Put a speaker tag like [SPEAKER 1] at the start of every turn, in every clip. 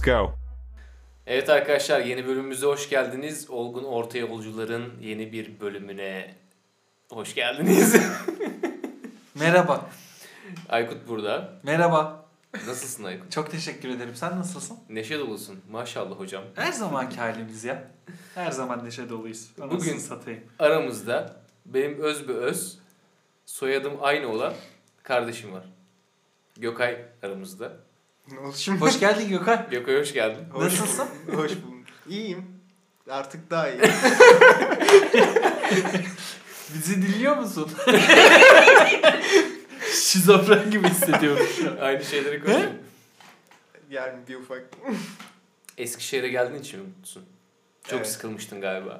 [SPEAKER 1] go.
[SPEAKER 2] Evet arkadaşlar, yeni bölümümüze hoş geldiniz. Olgun Orta Yolcuların yeni bir bölümüne hoş geldiniz.
[SPEAKER 3] Merhaba.
[SPEAKER 2] Aykut burada.
[SPEAKER 3] Merhaba.
[SPEAKER 2] Nasılsın Aykut?
[SPEAKER 3] Çok teşekkür ederim. Sen nasılsın?
[SPEAKER 2] Neşe dolusun. Maşallah hocam.
[SPEAKER 3] Her zamanki halimiz ya. Her zaman neşe doluyuz.
[SPEAKER 2] Bugün
[SPEAKER 3] Anasını satayım.
[SPEAKER 2] Aramızda benim öz, soyadım aynı olan kardeşim var. Gökay aramızda.
[SPEAKER 4] Ne oldu şimdi?
[SPEAKER 3] Hoş geldin Gökhan.
[SPEAKER 2] Gökay hoş geldin.
[SPEAKER 3] Nasılsın?
[SPEAKER 4] Hoş buldum. İyiyim. Artık daha iyi.
[SPEAKER 3] Bizi dinliyor musun? Şizofren gibi hissediyorum şu an.
[SPEAKER 2] Aynı şeyleri konuşuyoruz.
[SPEAKER 4] Yani bir ufak.
[SPEAKER 2] Eskişehir'e geldiğin için mi mutlusun? Çok
[SPEAKER 4] Evet.
[SPEAKER 2] sıkılmıştın galiba.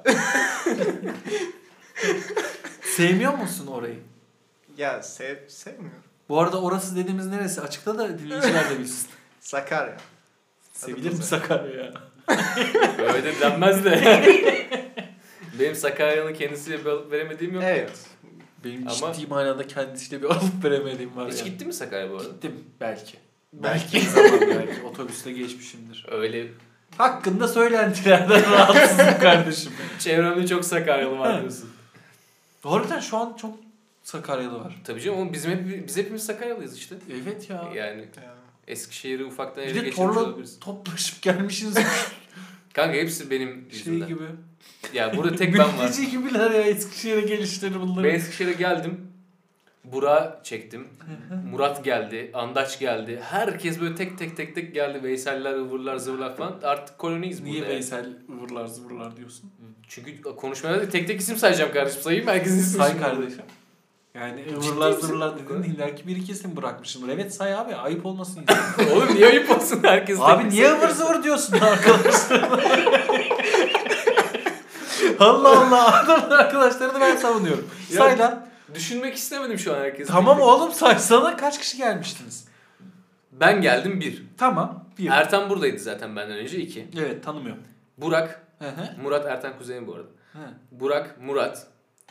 [SPEAKER 3] Sevmiyor musun orayı?
[SPEAKER 4] Ya sevmiyorum.
[SPEAKER 3] Bu arada orası dediğimiz neresi? Açıkta da dinleyiciler de bilsin.
[SPEAKER 4] Sakarya.
[SPEAKER 3] Sevilir mi Sakarya ya?
[SPEAKER 2] Öyle de denmez de. Benim Sakarya'nın kendisiyle bir alıp veremediğim yok ya.
[SPEAKER 4] Evet.
[SPEAKER 3] Benim
[SPEAKER 2] Ama-
[SPEAKER 3] ciddi manada kendisiyle bir alıp veremediğim var
[SPEAKER 2] Hiç
[SPEAKER 3] ya.
[SPEAKER 2] gittin mi Sakarya bu arada?
[SPEAKER 3] Gittim belki.
[SPEAKER 4] Belki.
[SPEAKER 3] Zaman belki. Otobüste geçmişimdir.
[SPEAKER 2] Öyle
[SPEAKER 3] Hakkında söylentilerden rahatsızım kardeşim.
[SPEAKER 2] çevremde çok Sakaryalı var diyorsun.
[SPEAKER 3] Harbiden şu an çok Sakaryalı var.
[SPEAKER 2] Tabii canım, ama biz hepimiz Sakaryalıyız işte.
[SPEAKER 3] Evet ya.
[SPEAKER 2] Yani
[SPEAKER 4] Ya.
[SPEAKER 2] Eskişehir'i ufaktan
[SPEAKER 3] Bir
[SPEAKER 2] ele
[SPEAKER 3] de
[SPEAKER 2] geçirmiş
[SPEAKER 3] torla
[SPEAKER 2] olabiliriz.
[SPEAKER 3] toplaşıp gelmişsiniz.
[SPEAKER 2] Kanka hepsi benim
[SPEAKER 3] şey
[SPEAKER 2] yüzümden.
[SPEAKER 3] gibi.
[SPEAKER 2] Ya burada tek ben var.
[SPEAKER 3] Mülteci gibiler ya Eskişehir'e gelişleri bunları.
[SPEAKER 2] Ben Eskişehir'e geldim. Burak'ı çektim. Murat geldi. Andaç geldi. Herkes böyle tek geldi. Veyseller, ıvırlar, zıvırlar falan. Artık koloniyiz burada.
[SPEAKER 3] Niye
[SPEAKER 2] yani.
[SPEAKER 3] Veysel ıvırlar zıvırlar diyorsun?
[SPEAKER 2] Çünkü konuşmalarda tek isim sayacağım kardeşim. Sayayım herkesin ismini.
[SPEAKER 3] Say
[SPEAKER 2] şimdi.
[SPEAKER 3] kardeşim. Yani ıvırlar
[SPEAKER 2] misin?
[SPEAKER 3] zıvırlar dedin illa ki bir iki isim bırakmışsındır. Evet say abi ayıp olmasın insan.
[SPEAKER 2] Oğlum niye ayıp olsun herkes?
[SPEAKER 3] Abi
[SPEAKER 2] tek
[SPEAKER 3] niye
[SPEAKER 2] isim
[SPEAKER 3] ıvır
[SPEAKER 2] sayıyor?
[SPEAKER 3] zıvır diyorsun arkadaşlar? Allah Allah adamın arkadaşlarını ben savunuyorum.
[SPEAKER 2] Ya-
[SPEAKER 3] Say lan.
[SPEAKER 2] Düşünmek istemedim şu an herkesi.
[SPEAKER 3] Tamam oğlum saysana kaç kişi gelmiştiniz?
[SPEAKER 2] Ben geldim 1.
[SPEAKER 3] Tamam. Bir.
[SPEAKER 2] Ertan buradaydı zaten benden önce 2.
[SPEAKER 3] Evet tanımıyorum.
[SPEAKER 2] Burak,
[SPEAKER 3] Hı hı.
[SPEAKER 2] Murat Ertan kuzenim bu arada.
[SPEAKER 3] Hı.
[SPEAKER 2] Burak, Murat,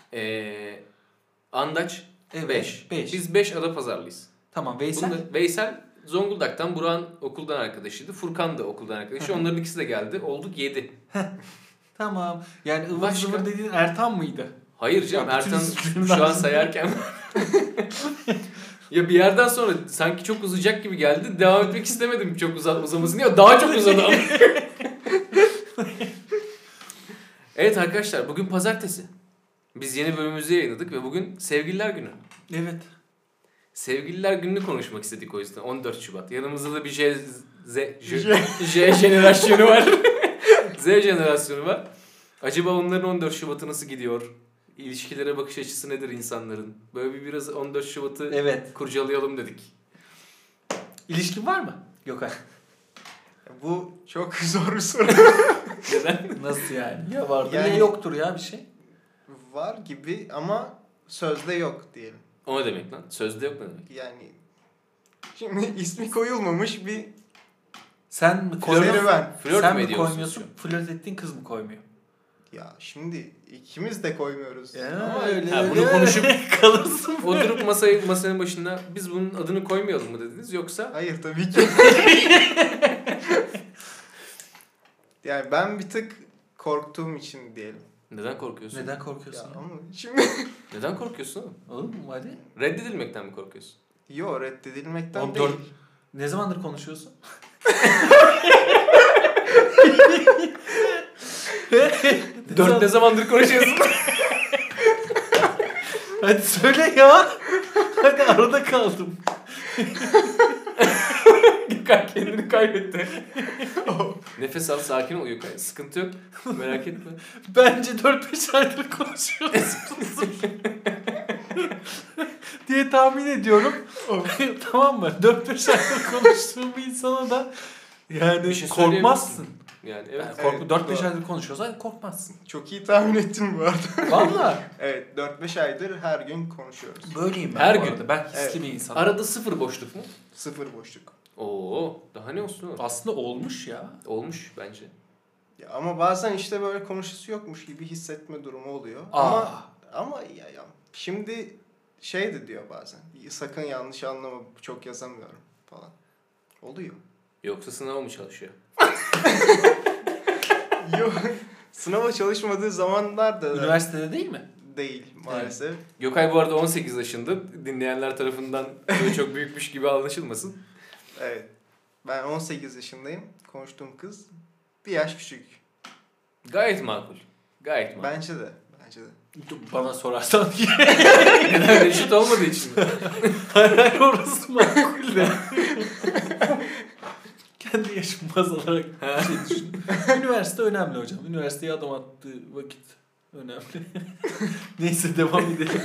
[SPEAKER 2] Andaç
[SPEAKER 3] Evet,
[SPEAKER 2] 5.
[SPEAKER 3] beş.
[SPEAKER 2] Biz 5 Adapazarlıyız.
[SPEAKER 3] Tamam Veysel.
[SPEAKER 2] Veysel Zonguldak'tan, Burak'ın okuldan arkadaşıydı. Furkan da okuldan arkadaşı. Onların ikisi de geldi. Olduk 7.
[SPEAKER 3] Tamam. Yani ıvır
[SPEAKER 2] Başka?
[SPEAKER 3] zıvır dediğin Ertan mıydı?
[SPEAKER 2] Hayır canım,
[SPEAKER 3] Ya bütün
[SPEAKER 2] Ertan
[SPEAKER 3] isimlerin
[SPEAKER 2] şu an
[SPEAKER 3] arasında-
[SPEAKER 2] sayarken. Ya bir yerden sonra sanki çok uzayacak gibi geldi. Devam etmek istemedim çok uzamasını. Ya daha çok uzadı ama. Evet arkadaşlar, bugün pazartesi. Biz yeni bölümümüzü yayınladık ve bugün Sevgililer Günü.
[SPEAKER 3] Evet.
[SPEAKER 2] Sevgililer Günü'nü konuşmak istedik o yüzden. 14 Şubat. Yanımızda da bir J jenerasyonu var. Z jenerasyonu var. Acaba onların 14 Şubat'ı nasıl gidiyor? İlişkilere bakış açısı nedir insanların? Böyle bir biraz 14 Şubat'ı
[SPEAKER 3] Evet.
[SPEAKER 2] kurcalayalım dedik.
[SPEAKER 3] İlişkin var mı? Yok.
[SPEAKER 4] Bu çok zor bir soru.
[SPEAKER 2] Neden?
[SPEAKER 3] Nasıl yani? Ya vardır
[SPEAKER 4] Yani-
[SPEAKER 3] ya yoktur ya bir şey.
[SPEAKER 4] Var gibi ama sözde yok diyelim.
[SPEAKER 2] O ne demek lan? Sözde yok ne demek?
[SPEAKER 4] Yani şimdi ismi koyulmamış bir
[SPEAKER 3] Sen mi koyuyorsun?
[SPEAKER 4] serüven.
[SPEAKER 2] Flört
[SPEAKER 3] Sen
[SPEAKER 2] mü
[SPEAKER 3] mi
[SPEAKER 2] ediyorsunuz
[SPEAKER 3] koymuyorsun?
[SPEAKER 2] şu
[SPEAKER 3] Flört ettiğin kız mı koymuyor?
[SPEAKER 4] Ya şimdi ikimiz de koymuyoruz.
[SPEAKER 3] Ya,
[SPEAKER 4] Ama
[SPEAKER 3] öyle
[SPEAKER 2] Ha,
[SPEAKER 3] öyle
[SPEAKER 2] bunu konuşup
[SPEAKER 3] kalırsın.
[SPEAKER 2] oturup masanın başında biz bunun adını koymayalım mı dediniz, yoksa?
[SPEAKER 4] hayır tabii ki. Yani ben bir tık korktuğum için diyelim.
[SPEAKER 2] Neden korkuyorsun?
[SPEAKER 3] Neden
[SPEAKER 4] Ya
[SPEAKER 3] korkuyorsun? Ya,
[SPEAKER 4] ama şimdi
[SPEAKER 2] Neden korkuyorsun oğlum?
[SPEAKER 3] Oğlum hadi.
[SPEAKER 2] Reddedilmekten mi korkuyorsun?
[SPEAKER 4] yo reddedilmekten
[SPEAKER 3] Oğlum,
[SPEAKER 4] değil.
[SPEAKER 3] Ne zamandır konuşuyorsun?
[SPEAKER 2] Ne zamandır konuşuyorsun?
[SPEAKER 3] Hadi söyle ya. Hadi arada kaldım.
[SPEAKER 2] Gökhan kendini kaybetti. Nefes al, sakin ol Gökhan. Sıkıntı yok. Merak etme.
[SPEAKER 3] Bence 4-5 aydır konuşuyorsunuz. diye tahmin ediyorum. Tamam mı? 4-5 aydır konuştuğum bir insana da yani
[SPEAKER 2] Bir şey
[SPEAKER 3] korkmazsın.
[SPEAKER 2] Yani evet.
[SPEAKER 3] Yani
[SPEAKER 4] Evet,
[SPEAKER 3] 4-5
[SPEAKER 4] doğru.
[SPEAKER 3] aydır konuşuyorsan korkmazsın.
[SPEAKER 4] Çok iyi tahmin ettin bu arada.
[SPEAKER 3] Valla.
[SPEAKER 4] Evet 4-5 aydır her gün konuşuyoruz.
[SPEAKER 3] Böyleyim ben
[SPEAKER 2] Her
[SPEAKER 3] bu
[SPEAKER 2] gün.
[SPEAKER 3] arada. Ben hisli
[SPEAKER 4] Evet.
[SPEAKER 3] bir insanım.
[SPEAKER 2] Arada sıfır boşluk mu?
[SPEAKER 4] Sıfır boşluk.
[SPEAKER 2] Oo, daha ne olsun oğlum?
[SPEAKER 3] Aslında olmuş ya.
[SPEAKER 2] Olmuş bence.
[SPEAKER 4] Ya ama bazen işte böyle konuşusu yokmuş gibi hissetme durumu oluyor.
[SPEAKER 3] Aa.
[SPEAKER 4] Ama ya şimdi şey de diyor bazen. Sakın yanlış anlama çok yazamıyorum falan. Oluyor.
[SPEAKER 2] Yoksa sınava mı çalışıyor?
[SPEAKER 4] Yok. Sınava çalışmadığı zamanlar da
[SPEAKER 3] Üniversitede değil mi?
[SPEAKER 4] değil maalesef.
[SPEAKER 2] Gökay bu arada 18 yaşında. Dinleyenler tarafından böyle çok büyükmüş gibi anlaşılmasın.
[SPEAKER 4] Evet. Ben 18 yaşındayım. Konuştuğum kız bir yaş küçük.
[SPEAKER 2] Gayet makul. Gayet makul.
[SPEAKER 4] Bence de. Bence de.
[SPEAKER 3] Bana sorarsan
[SPEAKER 2] Neden eşit olmadığı için mi?
[SPEAKER 3] hayır orası makul de. Kendi yaşım baz alarak bir şey düşün. Üniversite önemli hocam. Üniversiteye adım attığı vakit önemli. Neyse devam edelim.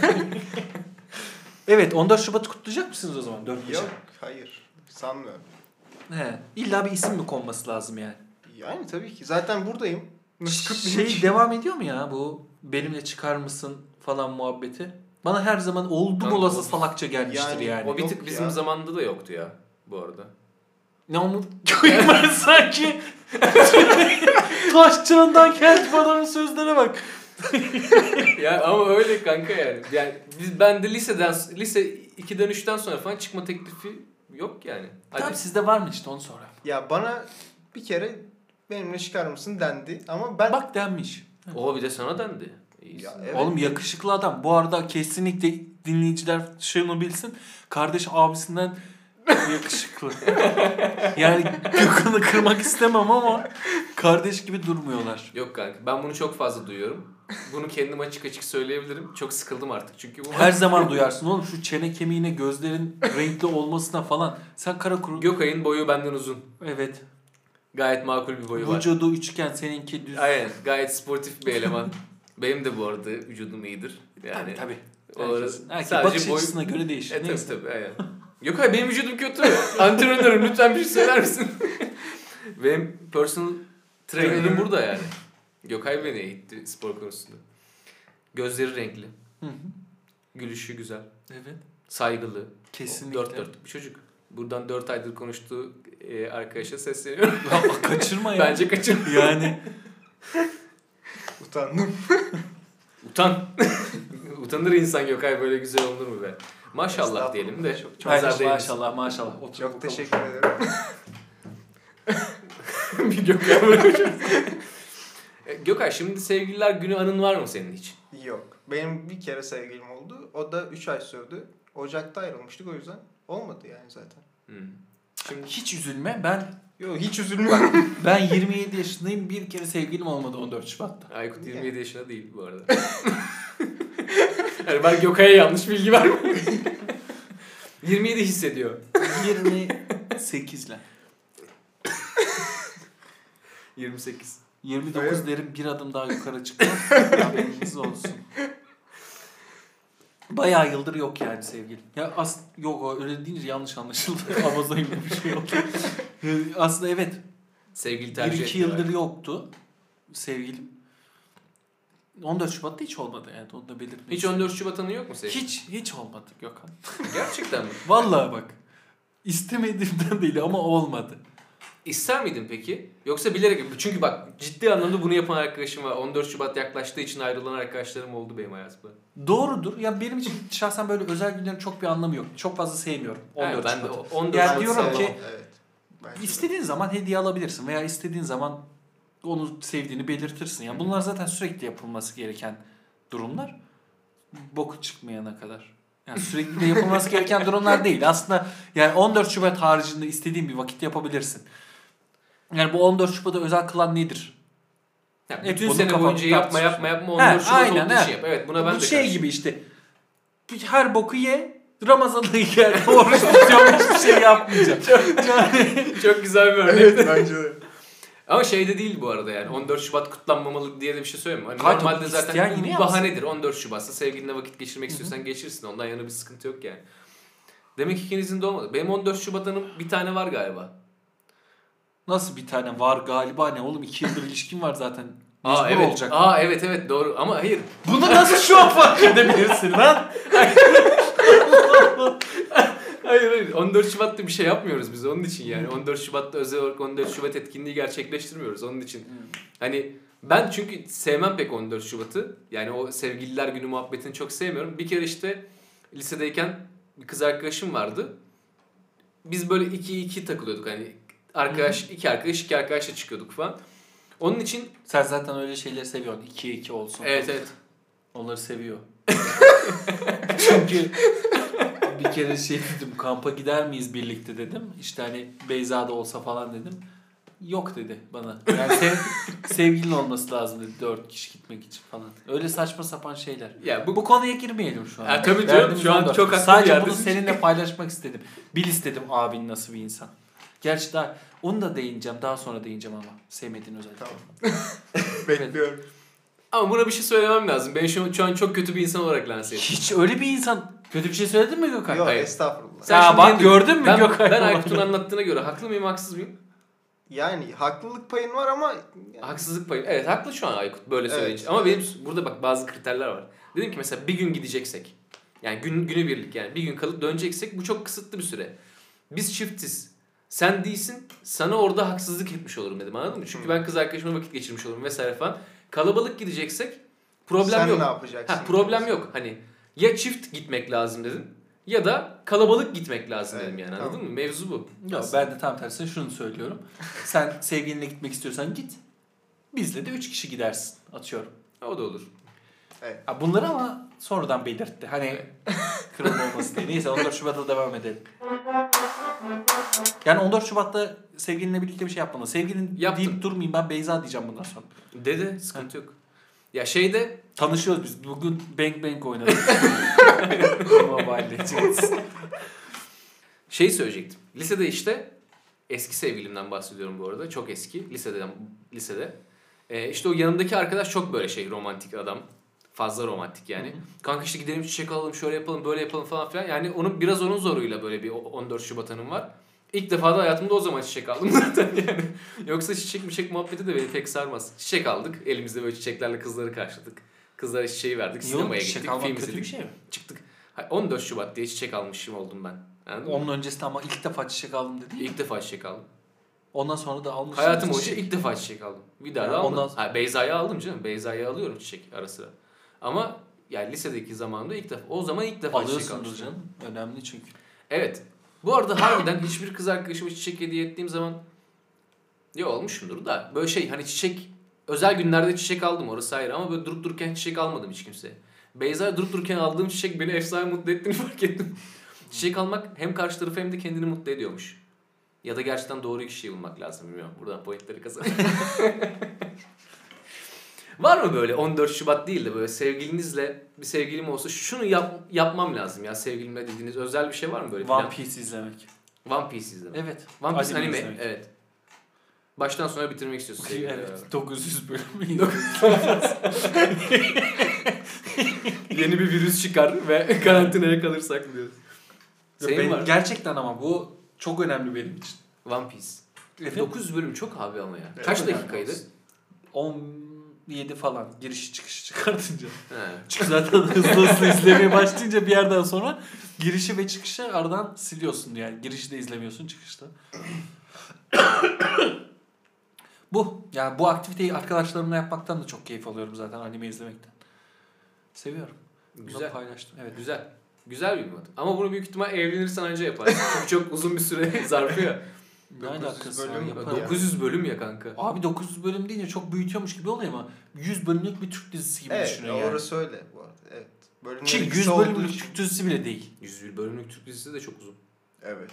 [SPEAKER 3] Evet 14 Şubat'ı kutlayacak mısınız o zaman? 4
[SPEAKER 4] Yok. Hayır. Sanmıyorum.
[SPEAKER 3] He. İlla bir isim mi konması lazım yani?
[SPEAKER 4] Yani tabii ki. Zaten buradayım. Nasıl kutlayayım ki?
[SPEAKER 3] Şey devam ediyor mu ya bu benimle çıkar mısın falan muhabbeti? Bana her zaman oldum
[SPEAKER 2] Kanka,
[SPEAKER 3] olası
[SPEAKER 2] o-
[SPEAKER 3] salakça gelmiştir yani.
[SPEAKER 2] O bir
[SPEAKER 4] Yok
[SPEAKER 2] tık bizim
[SPEAKER 4] ya.
[SPEAKER 2] zamanında da yoktu ya bu arada.
[SPEAKER 3] Ne onu koyayım ben sanki. Taş çağından kent adamın sözlerine bak.
[SPEAKER 2] Ya ama öyle kanka yani. Ben de lise 2'den 3'ten sonra falan çıkma teklifi yok yani. Hadi.
[SPEAKER 3] Tabii sizde var mı işte onu sonra.
[SPEAKER 4] Ya bana bir kere benimle çıkar mısın dendi. Ama ben...
[SPEAKER 3] Bak denmiş.
[SPEAKER 2] O bir de sana dendi. İyisin.
[SPEAKER 4] Ya, evet.
[SPEAKER 3] Oğlum yakışıklı adam. Bu arada kesinlikle dinleyiciler şunu bilsin. Kardeş abisinden yakışıklı. Yani Gökhan'ı kırmak istemem ama kardeş gibi durmuyorlar.
[SPEAKER 2] Yok kanka ben bunu çok fazla duyuyorum. Bunu kendim açık açık söyleyebilirim. Çok sıkıldım artık çünkü bu...
[SPEAKER 3] Her zaman duyarsın oğlum şu çene kemiğine gözlerin renkli olmasına falan. Sen kara kuru...
[SPEAKER 2] Gökay'ın boyu benden uzun.
[SPEAKER 3] Evet.
[SPEAKER 2] Gayet makul bir boyu var.
[SPEAKER 3] Vücudu üçgen seninki düz.
[SPEAKER 2] Aynen gayet sportif bir eleman. Benim de bu arada vücudum iyidir. Yani
[SPEAKER 3] Tabii.
[SPEAKER 2] o arada
[SPEAKER 3] Herkes
[SPEAKER 2] sadece
[SPEAKER 3] bakış
[SPEAKER 2] boy...
[SPEAKER 3] açısına göre değişir.
[SPEAKER 2] Tabii
[SPEAKER 3] Neyse.
[SPEAKER 2] tabii aynen. Gökay benim vücudum kötü mü? Antrenörüm lütfen bir şey söyler misin? Benim personal trainer'ım burada yani. Gökay beni eğitti spor konusunda. Gözleri renkli.
[SPEAKER 3] Hı hı.
[SPEAKER 2] Gülüşü güzel.
[SPEAKER 3] Evet.
[SPEAKER 2] Saygılı.
[SPEAKER 3] Kesinlikle.
[SPEAKER 2] 4 bir çocuk. Buradan 4 aydır konuştuğu arkadaşa sesleniyorum.
[SPEAKER 3] Ya, kaçırma ya.
[SPEAKER 2] Bence kaçın.
[SPEAKER 3] Yani.
[SPEAKER 4] Utandım.
[SPEAKER 2] Utan. Utanır insan Gökay böyle güzel olur mu be? Maşallah diyelim de.
[SPEAKER 4] Çok
[SPEAKER 2] nazar değmesin.
[SPEAKER 3] Maşallah maşallah. Otur
[SPEAKER 4] Çok
[SPEAKER 3] bakalım.
[SPEAKER 4] teşekkür ederim.
[SPEAKER 2] Bir Gökay böyle. Gökay şimdi sevgililer günü anın var mı senin hiç?
[SPEAKER 4] Yok. Benim bir kere sevgilim oldu. O da 3 ay sürdü. Ocak'ta ayrılmıştık o yüzden. Olmadı yani zaten.
[SPEAKER 2] Şimdi
[SPEAKER 3] Hiç üzülme. Ben
[SPEAKER 4] Yok hiç üzülmem.
[SPEAKER 3] 27 yaşındayım. Bir kere sevgilim olmadı 14 Şubat'ta.
[SPEAKER 2] Aykut 27 yaşında değil bu arada. Yani ben Gökay'a yanlış bilgi vermem. 27 hissediyor.
[SPEAKER 3] 28'le.
[SPEAKER 2] 28.
[SPEAKER 3] 29
[SPEAKER 4] Öyle mi?
[SPEAKER 3] derim bir adım daha yukarı çıkmam. Haberiniz olsun. Bayağı yıldır yok yani sevgilim. Ya yok o öyle deyince yanlış anlaşıldı. Amazon gibi bir şey oldu. Aslında evet.
[SPEAKER 2] Sevgili tercih
[SPEAKER 3] 1-2
[SPEAKER 2] etmiyor.
[SPEAKER 3] yıldır yoktu sevgilim. 14 Şubat'ta hiç olmadı yani onu da belirtmek
[SPEAKER 2] Hiç 14 Şubat anı yok mu sevgili?
[SPEAKER 3] Hiç olmadı Gökhan.
[SPEAKER 2] Gerçekten mi?
[SPEAKER 3] Vallahi bak. İstemediğimden değil ama olmadı.
[SPEAKER 2] İster miydin peki? Yoksa bilerek mi? Çünkü bak ciddi anlamda bunu yapan arkadaşım var. 14 Şubat yaklaştığı için ayrılan arkadaşlarım oldu benim hayatımda.
[SPEAKER 3] Doğrudur. Ya benim için şahsen böyle özel günlerin çok bir anlamı yok. Çok fazla sevmiyorum 14
[SPEAKER 2] Yani ben de
[SPEAKER 3] Şubat'ı.
[SPEAKER 2] 14
[SPEAKER 3] Yani
[SPEAKER 2] Şubat
[SPEAKER 3] diyorum
[SPEAKER 2] sevmem.
[SPEAKER 3] ki
[SPEAKER 4] Evet. Bence de.
[SPEAKER 3] istediğin zaman hediye alabilirsin veya istediğin zaman onu sevdiğini belirtirsin. Yani bunlar zaten sürekli yapılması gereken durumlar. Boku çıkmayana kadar. Yani sürekli de yapılması gereken durumlar değil. Aslında yani 14 Şubat haricinde istediğin bir vakit yapabilirsin. Yani bu 14 Şubat'ı özel kılan nedir?
[SPEAKER 2] Yani
[SPEAKER 3] Hep
[SPEAKER 2] bütün
[SPEAKER 3] bunu
[SPEAKER 2] sene boyunca
[SPEAKER 3] tartışıyoruz.
[SPEAKER 2] yapma 14 Şubat
[SPEAKER 3] aynen,
[SPEAKER 2] olduğu şey yap. Evet buna ben
[SPEAKER 3] bu
[SPEAKER 2] de
[SPEAKER 3] şey
[SPEAKER 2] karşıyım.
[SPEAKER 3] gibi işte. Her boku ye, Ramazan'da yer. Oruç tutuyorum hiçbir şey yapmayacağım.
[SPEAKER 2] Çok güzel bir örnek.
[SPEAKER 4] Evet bence de.
[SPEAKER 2] Ama şey de değil bu arada yani 14 Şubat kutlanmamalı diye de bir şey söylemiyorum. Hani
[SPEAKER 3] Hayır,
[SPEAKER 2] normalde
[SPEAKER 3] tabii
[SPEAKER 2] zaten
[SPEAKER 3] isteyen
[SPEAKER 2] bu
[SPEAKER 3] yine
[SPEAKER 2] bir
[SPEAKER 3] yapsın.
[SPEAKER 2] bahanedir. 14 Şubat'ta sevgilinle vakit geçirmek istiyorsan geçirsin. Ondan yana bir sıkıntı yok yani. Demek ki ikinizin de olmadı. Benim 14 Şubat anım bir tane var galiba.
[SPEAKER 3] Nasıl bir tane var galiba ne oğlum 2 yıldır ilişkin var zaten. Mecbur
[SPEAKER 2] Evet.
[SPEAKER 3] olacak.
[SPEAKER 2] Evet doğru ama hayır.
[SPEAKER 3] Bunu nasıl şu an fark edebilirsin lan?
[SPEAKER 2] Hayır 14 Şubat'ta bir şey yapmıyoruz biz onun için yani. 14 Şubat'ta özel olarak 14 Şubat etkinliği gerçekleştirmiyoruz onun için. Hani ben çünkü sevmem pek 14 Şubat'ı. Yani o sevgililer günü muhabbetini çok sevmiyorum. Bir kere işte lisedeyken bir kız arkadaşım vardı. Biz böyle 2-2 takılıyorduk hani iki arkadaşla çıkıyorduk falan. Onun için
[SPEAKER 3] Sen zaten öyle şeyleri seviyorsun. 2'ye 2 olsun.
[SPEAKER 2] evet.
[SPEAKER 3] Onları seviyor. Çünkü bir kere şey dedim, kampa gider miyiz birlikte dedim. İşte hani Beyza da olsa falan dedim. Yok dedi bana. Yani sevgilin olması lazım dedi 4 kişi gitmek için falan. Öyle saçma sapan şeyler.
[SPEAKER 2] Ya
[SPEAKER 3] Bu konuya girmeyelim şu an.
[SPEAKER 2] Tabii canım,
[SPEAKER 3] Derdimiz
[SPEAKER 2] şu an
[SPEAKER 3] 14.
[SPEAKER 2] çok haklı bir
[SPEAKER 3] Sadece bunu
[SPEAKER 2] yerdesin.
[SPEAKER 3] seninle paylaşmak istedim. Bil istedim abin nasıl bir insan. Gerçi daha onu da değineceğim. Daha sonra değineceğim ama. Sevmediğin özellikle.
[SPEAKER 4] Tamam. Bekliyorum.
[SPEAKER 2] Ama buna bir şey söylemem lazım. Ben şu an çok kötü bir insan olarak lanse ettim.
[SPEAKER 3] Hiç öyle bir insan. Kötü bir şey söyledin mi Gökhan?
[SPEAKER 4] Yok
[SPEAKER 2] Hayır.
[SPEAKER 4] estağfurullah.
[SPEAKER 2] Sen şimdi
[SPEAKER 3] bak gördün mü
[SPEAKER 2] ben
[SPEAKER 3] Gökhan?
[SPEAKER 2] Aykut'un anlattığına göre haklı mıyım, haksız mıyım?
[SPEAKER 4] Yani haklılık payın var ama
[SPEAKER 2] Haksızlık payı. Evet, haklı şu an Aykut böyle
[SPEAKER 4] Evet.
[SPEAKER 2] söyleyince. Ama benim burada bak bazı kriterler var. Dedim ki mesela bir gün gideceksek. Yani günübirlik yani bir gün kalıp döneceksek bu çok kısıtlı bir süre. Biz çiftiz. Sen değilsin. Sana orada haksızlık etmiş olurum dedim, anladın mı? Çünkü ben kız arkadaşımla vakit geçirmiş olurum vesaire falan. Kalabalık gideceksek problem
[SPEAKER 4] sen
[SPEAKER 2] yok.
[SPEAKER 4] ne yapacaksın?
[SPEAKER 2] Problem yok. Hani ya çift gitmek lazım dedim ya da kalabalık gitmek lazım dedim yani, anladın mı? Mevzu bu.
[SPEAKER 3] Yok, ben de tam tersine şunu söylüyorum. Sen sevgilinle gitmek istiyorsan git. Bizle de 3 kişi gidersin. Atıyorum.
[SPEAKER 2] O da olur.
[SPEAKER 4] Evet.
[SPEAKER 3] Ha, bunları ama sonradan belirtti. Hani kırılma olmasın diye. Neyse 14 Şubat'a devam edelim. Yani 14 Şubat'ta sevgilinle birlikte bir şey yapmalı. Sevgilin
[SPEAKER 2] Yaptım.
[SPEAKER 3] deyip durmayayım, ben Beyza diyeceğim bundan sonra.
[SPEAKER 2] Dede sıkıntı yok. Ya şeyde
[SPEAKER 3] Tanışıyoruz biz. Bugün Bank oynadık. Mobile Legends.
[SPEAKER 2] şey söyleyecektim. Lisede işte eski sevgilimden bahsediyorum bu arada. Çok eski. Lisede. İşte o yanındaki arkadaş çok böyle şey romantik adam. Fazla romantik yani. Kanka işte gidelim çiçek alalım, şöyle yapalım, böyle yapalım falan filan. Yani onun zoruyla böyle bir 14 Şubat anım var. İlk defa da hayatımda o zaman çiçek aldım zaten yani. Yoksa çiçek muhabbeti de beni pek sarmaz. Çiçek aldık. Elimizde böyle çiçeklerle kızları karşıladık. Kızlara çiçeği verdik. Sinemaya
[SPEAKER 3] çiçek
[SPEAKER 2] gittik.
[SPEAKER 3] almak
[SPEAKER 2] Film
[SPEAKER 3] kötü bir
[SPEAKER 2] izledik.
[SPEAKER 3] şey mi?
[SPEAKER 2] Çıktık. 14 Şubat diye çiçek almışım oldum ben. Anladın mı?
[SPEAKER 3] Onun öncesinde ama ilk defa çiçek aldım dedi.
[SPEAKER 2] İlk defa çiçek aldım.
[SPEAKER 3] Ondan sonra da almışsın.
[SPEAKER 2] Hayatım boyunca ilk defa çiçek aldım. Bir daha
[SPEAKER 3] Yani
[SPEAKER 2] da almadım.
[SPEAKER 3] ondan-
[SPEAKER 2] Beyza'ya aldım canım. Beyza'ya alıyorum çiçek ara sıra. Ama yani lisedeki zamanımda ilk defa. O zaman ilk defa çiçek
[SPEAKER 3] Alıyorsundur
[SPEAKER 2] almıştım.
[SPEAKER 3] canım. Önemli çünkü.
[SPEAKER 2] Evet. Bu arada harbiden hiçbir kız arkadaşıma çiçek hediye ettiğim zaman ya olmuşumdur da böyle şey hani çiçek özel günlerde çiçek aldım orası ayrı ama böyle durup dururken çiçek almadım hiç kimseye. Beyza durup dururken aldığım çiçek beni efsane mutlu ettiğini fark ettim. Çiçek almak hem karşı tarafı hem de kendini mutlu ediyormuş. Ya da gerçekten doğru kişiyi bulmak lazım, bilmiyorum. Buradan pointleri kazanayım. Var mı böyle 14 Şubat değil de böyle sevgilinizle bir sevgilim olsa şunu yapmam lazım ya sevgilimle dediğiniz özel bir şey var mı böyle?
[SPEAKER 3] One Piece izlemek.
[SPEAKER 2] One Piece izlemek.
[SPEAKER 3] Evet.
[SPEAKER 2] One Piece
[SPEAKER 3] Anime
[SPEAKER 2] anime.
[SPEAKER 3] izlemek.
[SPEAKER 2] Evet. Baştan sona bitirmek istiyorsun sevgilinle
[SPEAKER 3] Evet.
[SPEAKER 2] beraber.
[SPEAKER 3] 900 bölüm.
[SPEAKER 2] Yeni bir virüs çıkar ve karantinaya kalırsak diyoruz. Senin var.
[SPEAKER 3] Gerçekten ama bu çok önemli benim için.
[SPEAKER 2] One Piece.
[SPEAKER 3] Evet.
[SPEAKER 2] 900 bölüm çok abi ama ya.
[SPEAKER 4] Evet,
[SPEAKER 2] Kaç
[SPEAKER 3] önemli
[SPEAKER 2] dakikaydı?
[SPEAKER 3] olsun. 17 falan girişi çıkışı çıkartınca.
[SPEAKER 2] He.
[SPEAKER 3] Çünkü zaten hızlı izlemeye başlayınca bir yerden sonra girişi ve çıkışı aradan siliyorsun yani. Girişi de izlemiyorsun, çıkışta. Bu. Yani bu aktiviteyi arkadaşlarımla yapmaktan da çok keyif alıyorum zaten, anime izlemekten. Seviyorum.
[SPEAKER 2] Güzel.
[SPEAKER 3] Bunu paylaştım. Evet.
[SPEAKER 2] Güzel. Güzel bir mod. Ama bunu büyük ihtimal evlenirsen anca yaparsın. Çünkü çok uzun bir süre zarfı ya.
[SPEAKER 3] Ne
[SPEAKER 4] 900
[SPEAKER 3] alakası var?
[SPEAKER 4] bölüm
[SPEAKER 3] Yaparım.
[SPEAKER 4] ya.
[SPEAKER 2] 900 bölüm ya kanka.
[SPEAKER 3] Abi 900 bölüm deyince çok büyütüyormuş gibi oluyor ama 100 bölümlük bir Türk dizisi gibi
[SPEAKER 4] Evet,
[SPEAKER 3] düşünün yani.
[SPEAKER 4] orası öyle bu arada. Evet. Bölümlerin
[SPEAKER 3] Ki
[SPEAKER 4] kısa
[SPEAKER 3] 100
[SPEAKER 4] olduğu
[SPEAKER 3] bölümlük
[SPEAKER 4] için-
[SPEAKER 3] Türk dizisi bile değil.
[SPEAKER 2] 101 bölümlük Türk dizisi de çok uzun.
[SPEAKER 4] Evet.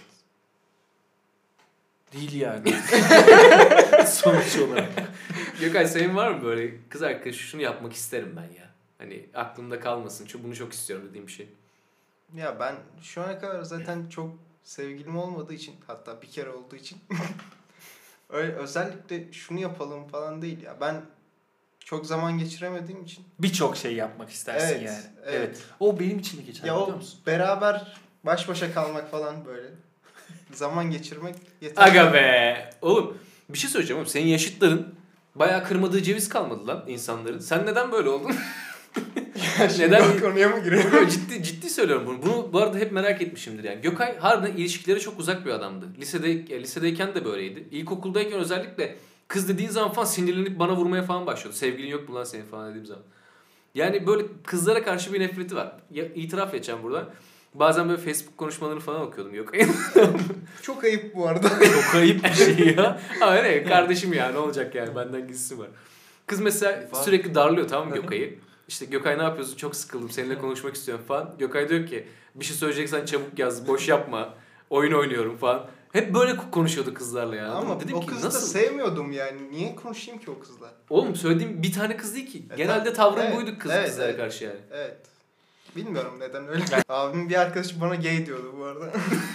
[SPEAKER 3] Değil yani. Sonuç olarak.
[SPEAKER 2] Gökay senin var mı böyle kız arkadaşı şunu yapmak isterim ben ya. Hani aklımda kalmasın. Bunu çok istiyorum dediğim bir şey.
[SPEAKER 4] Ya ben şu ana kadar zaten çok sevgilim olmadığı için, hatta bir kere olduğu için öyle özellikle şunu yapalım falan değil ya. Ben çok zaman geçiremediğim için.
[SPEAKER 3] Birçok şey yapmak istersin
[SPEAKER 4] Evet,
[SPEAKER 3] yani.
[SPEAKER 4] evet.
[SPEAKER 3] O benim için de geçerli,
[SPEAKER 4] Ya
[SPEAKER 3] biliyor
[SPEAKER 4] o
[SPEAKER 3] musun?
[SPEAKER 4] beraber baş başa kalmak falan böyle. Zaman geçirmek yeter.
[SPEAKER 2] Aga be. Oğlum bir şey söyleyeceğim oğlum. Senin yaşıtların bayağı kırmadığı ceviz kalmadı lan insanların. Sen neden böyle oldun?
[SPEAKER 4] Neden? Konuya mı giriyorum?
[SPEAKER 2] Yok, ciddi söylüyorum bunu. Bunu bu arada hep merak etmişimdir yani. Gökay harbiden ilişkileri çok uzak bir adamdı. Lisedeyken de böyleydi. İlkokuldayken özellikle kız dediğin zaman falan sinirlenip bana vurmaya falan başlıyordu. Sevgilin yok mu lan senin falan dediğim zaman. Yani böyle kızlara karşı bir nefreti var. Ya, itiraf edeceğim burada. Bazen böyle Facebook konuşmalarını falan okuyordum Gökay'ın.
[SPEAKER 4] Çok ayıp bu arada.
[SPEAKER 3] Çok ayıp bir şey ya.
[SPEAKER 2] Ama ne kardeşim ya ne olacak yani benden gizlisi var. Kız mesela
[SPEAKER 3] Var.
[SPEAKER 2] sürekli darlıyor tamam mı Gökay'ı? İşte Gökay ne yapıyorsun çok sıkıldım seninle konuşmak istiyorum falan. Gökay diyor ki bir şey söyleyeceksen çabuk yaz boş yapma. Oyun oynuyorum falan. Hep böyle konuşuyordu kızlarla ya.
[SPEAKER 4] Ama
[SPEAKER 2] Dedim
[SPEAKER 4] o
[SPEAKER 2] ki,
[SPEAKER 4] kızı da
[SPEAKER 2] nasıl?
[SPEAKER 4] sevmiyordum yani. Niye konuşayım ki o kızla?
[SPEAKER 2] Oğlum söylediğim bir tane kız değil ki.
[SPEAKER 4] Evet,
[SPEAKER 2] Genelde tavrım
[SPEAKER 4] evet,
[SPEAKER 2] buydu
[SPEAKER 4] evet,
[SPEAKER 2] kızlara
[SPEAKER 4] evet.
[SPEAKER 2] karşı yani.
[SPEAKER 4] Evet. Bilmiyorum neden öyle. Abimin bir arkadaşı bana gay diyordu bu arada.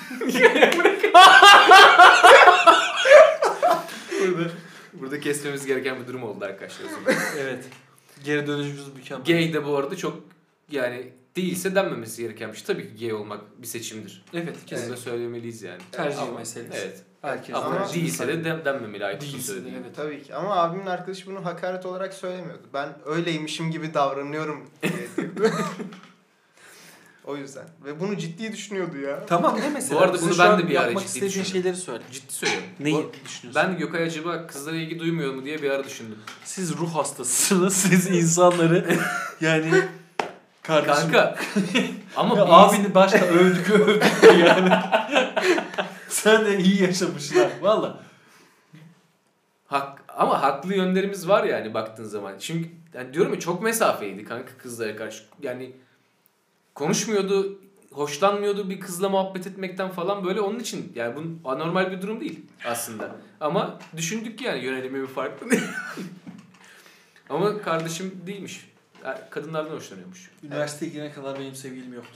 [SPEAKER 2] Burada kesmemiz gereken bir durum oldu arkadaşlar.
[SPEAKER 3] Evet. Geri dönüşümüz mükemmel.
[SPEAKER 2] Gay de bu arada çok yani değilse denmemesi gerekenmiş. Tabii ki gay olmak bir seçimdir.
[SPEAKER 3] Evet,
[SPEAKER 2] Bunu
[SPEAKER 3] kesin.
[SPEAKER 2] da söylemeliyiz yani.
[SPEAKER 3] Tercih
[SPEAKER 2] Ama-
[SPEAKER 3] meselesi.
[SPEAKER 2] Evet.
[SPEAKER 3] Herkes
[SPEAKER 2] Ama
[SPEAKER 4] Ama-
[SPEAKER 2] değilse de denmemeli ait
[SPEAKER 3] Değilse de,
[SPEAKER 2] söylediğim.
[SPEAKER 3] evet.
[SPEAKER 4] Tabii ki ama abimin arkadaşı bunu hakaret olarak söylemiyordu. Ben öyleymişim gibi davranıyorum diye diyordu. O yüzden. Ve bunu ciddi düşünüyordu ya.
[SPEAKER 3] Tamam ne mesela?
[SPEAKER 2] Bu arada
[SPEAKER 3] Bize
[SPEAKER 2] bunu
[SPEAKER 3] şu
[SPEAKER 2] ben
[SPEAKER 3] an
[SPEAKER 2] de bir ara
[SPEAKER 3] yapmak
[SPEAKER 2] ciddi
[SPEAKER 3] istediğin
[SPEAKER 2] düşündüm.
[SPEAKER 3] şeyleri söyle.
[SPEAKER 2] Ciddi söylüyorum.
[SPEAKER 3] Neyi düşünüyorsun?
[SPEAKER 2] Ben Gökay acaba kızlara ilgi duymuyor mu diye bir ara düşündüm.
[SPEAKER 3] Siz ruh hastasısınız. Siz insanları yani kardeşim.
[SPEAKER 2] Kanka. Ama
[SPEAKER 3] Ya
[SPEAKER 2] bir
[SPEAKER 3] abini başta övdük yani. Sen de iyi yaşamışsın ha. Valla.
[SPEAKER 2] ama haklı yönlerimiz var yani baktığın zaman. Çünkü yani diyorum ya çok mesafeydi kanka kızlara karşı. Yani konuşmuyordu, hoşlanmıyordu bir kızla muhabbet etmekten falan böyle onun için. Yani bu anormal bir durum değil aslında. Ama düşündük yani yönelimi bir farklı. Ama kardeşim değilmiş. Kadınlardan hoşlanıyormuş.
[SPEAKER 3] Üniversiteye girene kadar benim sevgilim yoktu.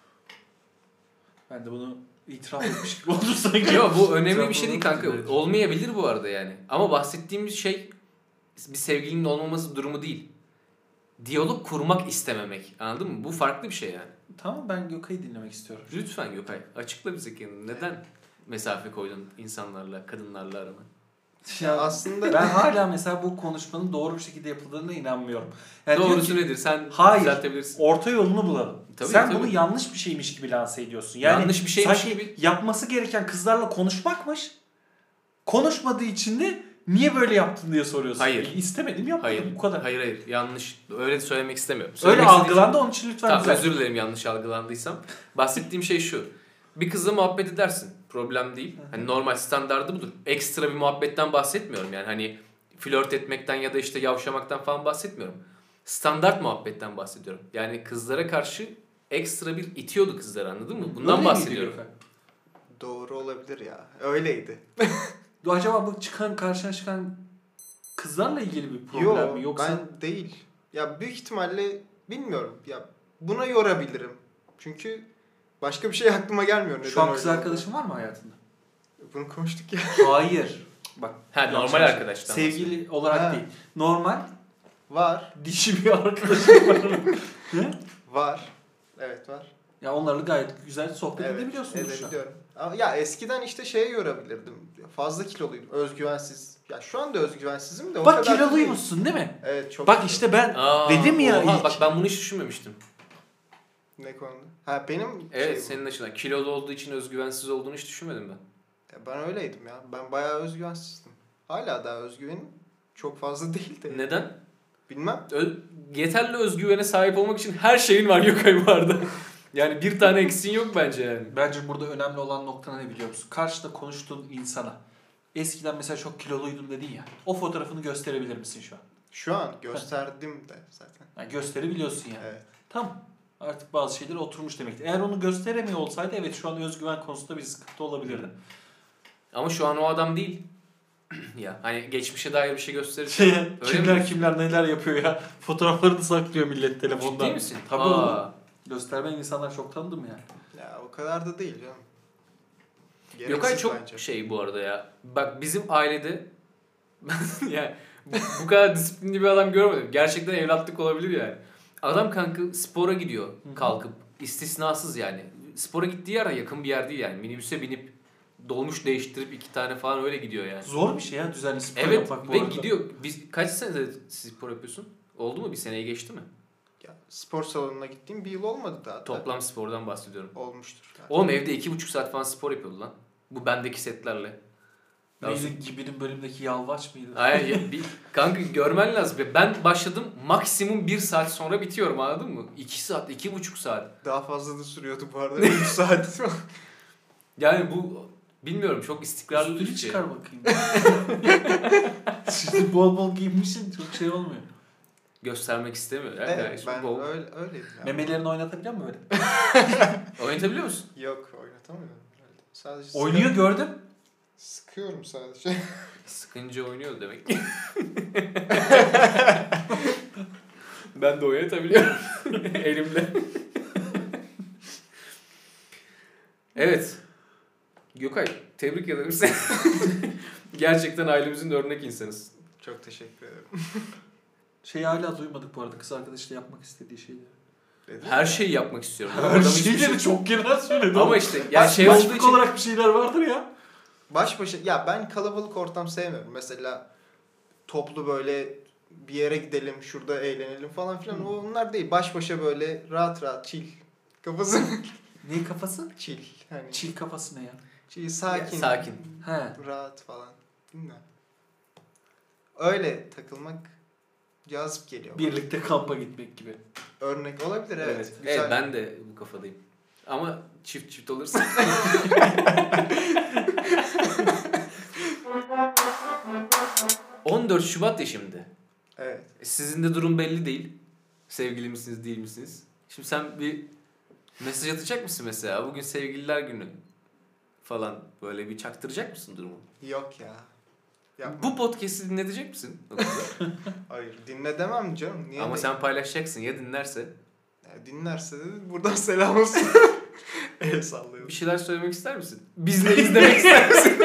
[SPEAKER 3] Ben de bunu itiraf etmiş gibi olur sanki.
[SPEAKER 2] Yok bu önemli bir şey değil
[SPEAKER 3] İtiraf
[SPEAKER 2] kanka.
[SPEAKER 3] olmadı.
[SPEAKER 2] Olmayabilir bu arada yani. Ama bahsettiğimiz şey bir sevgilinin olmaması durumu değil. Diyalog kurmak istememek. Anladın mı? Bu farklı bir şey yani.
[SPEAKER 3] Tamam ben Gökay'ı dinlemek istiyorum.
[SPEAKER 2] Lütfen Gökay açıkla bize kendini. Neden mesafe koydun insanlarla, kadınlarla arana?
[SPEAKER 3] Ya
[SPEAKER 4] aslında-
[SPEAKER 3] ben hala mesela bu konuşmanın doğru bir şekilde yapıldığına inanmıyorum. Yani diyor
[SPEAKER 2] Doğrusu
[SPEAKER 3] ki,
[SPEAKER 2] nedir? Sen
[SPEAKER 3] hayır.
[SPEAKER 2] düzeltebilirsin.
[SPEAKER 3] Orta yolunu bulalım.
[SPEAKER 2] Tabii,
[SPEAKER 3] Sen
[SPEAKER 2] tabii.
[SPEAKER 3] bunu yanlış bir şeymiş gibi lanse ediyorsun. Yani
[SPEAKER 2] Yanlış bir şeymiş
[SPEAKER 3] sanki
[SPEAKER 2] gibi.
[SPEAKER 3] yapması gereken kızlarla konuşmakmış. Konuşmadığı için de niye böyle yaptın diye soruyorsun.
[SPEAKER 2] Hayır.
[SPEAKER 3] İstemedim yapmadım
[SPEAKER 2] Hayır.
[SPEAKER 3] bu kadar.
[SPEAKER 2] Hayır. Yanlış. Öyle söylemek istemiyorum.
[SPEAKER 3] Öyle
[SPEAKER 2] Söylemek istediğim
[SPEAKER 3] algılandı onun için lütfen
[SPEAKER 2] Tamam
[SPEAKER 3] düzelt.
[SPEAKER 2] özür dilerim yanlış algılandıysam. Bahsettiğim şey şu. Bir kızla muhabbet edersin. Problem değil. Hani normal standardı budur. Ekstra bir muhabbetten bahsetmiyorum yani. Hani flört etmekten ya da işte yavşamaktan falan bahsetmiyorum. Standart muhabbetten bahsediyorum. Yani kızlara karşı ekstra bir itiyordu kızlar anladın mı? Bundan
[SPEAKER 3] Öyle miydi
[SPEAKER 2] bahsediyorum.
[SPEAKER 3] Gökay?
[SPEAKER 4] Doğru olabilir ya. Öyleydi.
[SPEAKER 3] Acaba bu karşına çıkan kızlarla ilgili bir problem
[SPEAKER 4] Yok
[SPEAKER 3] mi yoksa?
[SPEAKER 4] ben değil. Ya büyük ihtimalle bilmiyorum. Ya buna yorabilirim. Çünkü başka bir şey aklıma gelmiyor. Neden
[SPEAKER 3] Şu an
[SPEAKER 4] öyle
[SPEAKER 3] kız
[SPEAKER 4] oldu?
[SPEAKER 3] arkadaşın var mı hayatında?
[SPEAKER 4] Bunu konuştuk ya.
[SPEAKER 3] Hayır. Bak.
[SPEAKER 2] Ha
[SPEAKER 3] yanlış
[SPEAKER 2] normal
[SPEAKER 3] anlaşılma.
[SPEAKER 2] arkadaştan.
[SPEAKER 3] Sevgili olarak
[SPEAKER 4] Ha.
[SPEAKER 3] değil. Normal
[SPEAKER 4] Var.
[SPEAKER 3] dişi bir arkadaşın var.
[SPEAKER 4] Var. Evet var.
[SPEAKER 3] Ya onlarla gayet güzel sohbet
[SPEAKER 4] Evet,
[SPEAKER 3] edebiliyorsunuz şu an.
[SPEAKER 4] edebiliyorum. Ama ya eskiden işte şeye yorabilirdim. Fazla kiloluydum. Özgüvensiz. Ya şu anda özgüvensizim de o
[SPEAKER 3] Bak
[SPEAKER 4] kadar da değil.
[SPEAKER 3] kiloluymuşsun değil mi?
[SPEAKER 4] Evet çok.
[SPEAKER 3] Bak işte ben
[SPEAKER 2] Aa,
[SPEAKER 3] dedim ya
[SPEAKER 2] oha,
[SPEAKER 3] ilk.
[SPEAKER 2] Bak ben bunu hiç düşünmemiştim.
[SPEAKER 4] Ne konuda? Ha benim
[SPEAKER 2] Evet
[SPEAKER 4] şey bu.
[SPEAKER 2] senin açından. Kilolu olduğu için özgüvensiz olduğunu hiç düşünmedim ben.
[SPEAKER 4] Ya ben öyleydim ya. Ben bayağı özgüvensizdim. Hala daha özgüvenim çok fazla değil de.
[SPEAKER 2] Neden?
[SPEAKER 4] Bilmem.
[SPEAKER 2] Yeterli özgüvene sahip olmak için her şeyin var Gökay bu arada. Yani bir tane eksiğin yok bence yani.
[SPEAKER 3] Bence burada önemli olan nokta ne biliyor musun? Karşıda konuştuğun insana eskiden mesela çok kiloluydum dedin ya. O fotoğrafını gösterebilir misin şu an?
[SPEAKER 4] Şu an gösterdim de zaten.
[SPEAKER 3] Yani gösterebiliyorsun yani.
[SPEAKER 4] Evet.
[SPEAKER 3] Tamam. Artık bazı şeyler oturmuş demektir. Eğer onu gösteremiyor olsaydı evet şu an özgüven konusunda bir sıkıntı olabilirdi.
[SPEAKER 2] Ama şu an o adam değil. Ya hani geçmişe dair bir şey gösterirse.
[SPEAKER 3] Kimler
[SPEAKER 2] mi?
[SPEAKER 3] kimler neler yapıyor ya. Fotoğraflarını saklıyor millet telefonda.
[SPEAKER 2] Ciddi misin?
[SPEAKER 3] Tabii
[SPEAKER 2] Aa.
[SPEAKER 3] oğlum. Göstermeyen insanlar çok tanıdım yani.
[SPEAKER 4] Ya o kadar da değil canım.
[SPEAKER 2] Gökay
[SPEAKER 4] Gereksiz
[SPEAKER 2] çok
[SPEAKER 4] bence.
[SPEAKER 2] şey bu arada ya. Bak bizim ailede yani bu kadar disiplinli bir adam görmedim. Gerçekten evlatlık olabilir yani. Adam kanka spora gidiyor kalkıp. İstisnasız yani. Spora gittiği yer de yakın bir yer değil yani. Minibüse binip dolmuş değiştirip 2 tane falan öyle gidiyor yani.
[SPEAKER 3] Zor bir şey ya düzenli spor
[SPEAKER 2] Evet
[SPEAKER 3] yapmak bu
[SPEAKER 2] ve
[SPEAKER 3] arada.
[SPEAKER 2] gidiyor. Biz kaç senedir spor yapıyorsun? Oldu mu? Bir seneye geçti mi?
[SPEAKER 4] Ya, spor salonuna gittiğim bir yıl olmadı daha.
[SPEAKER 2] Toplam spordan bahsediyorum.
[SPEAKER 4] Olmuştur. Yani.
[SPEAKER 2] Oğlum evde 2,5 saat falan spor yapıyordu lan. Bu bendeki setlerle.
[SPEAKER 3] Neydi Gibi'nin bölümündeki Yalvaç mıydı?
[SPEAKER 2] Aynen. Kanka görmen lazım. Ben başladım maksimum 1 saat sonra bitiyorum, anladın mı? 2 saat, 2,5 saat.
[SPEAKER 4] Daha fazla da sürüyordu bu arada. 3 saat.
[SPEAKER 2] Yani bu bilmiyorum, çok istikrarlı bir
[SPEAKER 3] Üstünü
[SPEAKER 2] şey.
[SPEAKER 3] çıkar bakayım. Şimdi bol bol giymişsin çok şey olmuyor.
[SPEAKER 2] Göstermek istemiyor.
[SPEAKER 4] Evet,
[SPEAKER 2] Yani
[SPEAKER 4] ben
[SPEAKER 2] bol...
[SPEAKER 4] öyleyim. Ya.
[SPEAKER 3] Memelerini oynatabiliyor musun böyle?
[SPEAKER 2] Oynatabiliyor musun?
[SPEAKER 4] Yok, oynatamıyorum herhalde. Sadece
[SPEAKER 3] Oynuyor gördüm.
[SPEAKER 4] sıkıyorum sadece.
[SPEAKER 2] Sıkınca oynuyor demek ki. Ben de oynatabiliyorum. Elimle. Evet. Gökay, tebrik ederim seni. Gerçekten ailemizin örnek insanız.
[SPEAKER 4] Çok teşekkür ederim.
[SPEAKER 3] Şeyi hala duymadık bu arada kız arkadaşıyla yapmak istediği şeyleri.
[SPEAKER 2] Her şeyi yapmak istiyorum.
[SPEAKER 3] Her
[SPEAKER 2] Orada hiçbir
[SPEAKER 3] şeyleri
[SPEAKER 2] şey-
[SPEAKER 3] çok genel söyledim.
[SPEAKER 2] Ama işte yani şey olduğu
[SPEAKER 3] Başlık
[SPEAKER 2] için...
[SPEAKER 3] olarak bir şeyler vardır ya.
[SPEAKER 4] Baş başa ya ben kalabalık ortam sevmiyorum. Mesela toplu böyle bir yere gidelim, şurada eğlenelim falan filan. Onlar değil. Baş başa böyle rahat rahat chill. Kafası
[SPEAKER 3] Ne kafası?
[SPEAKER 4] chill. Hani
[SPEAKER 3] Çil kafası ne ya?
[SPEAKER 4] chill, sakin.
[SPEAKER 2] Sakin.
[SPEAKER 3] He.
[SPEAKER 4] Rahat falan. Değil mi? Öyle takılmak cazip geliyor. bana.
[SPEAKER 3] Birlikte kampa gitmek gibi.
[SPEAKER 4] Örnek olabilir, evet.
[SPEAKER 2] Evet.
[SPEAKER 4] Güzel.
[SPEAKER 2] Evet, ben de bu kafadayım. Ama çift olursa. ...14 Şubat ya şimdi.
[SPEAKER 4] Evet.
[SPEAKER 2] Sizin de durum belli değil. Sevgili misiniz, değil misiniz? Şimdi sen bir mesaj atacak mısın mesela? Bugün sevgililer günü falan, böyle bir çaktıracak mısın durumu?
[SPEAKER 4] Yok ya. Yapma.
[SPEAKER 2] Bu podcast'i dinletecek misin?
[SPEAKER 4] Hayır, dinle demem canım. Niye
[SPEAKER 2] Ama
[SPEAKER 4] de-
[SPEAKER 2] sen paylaşacaksın ya, dinlerse.
[SPEAKER 4] Ya dinlerse de buradan selam olsun. El sallıyorum.
[SPEAKER 2] Bir şeyler söylemek ister misin? Biz de izlemek ister misin?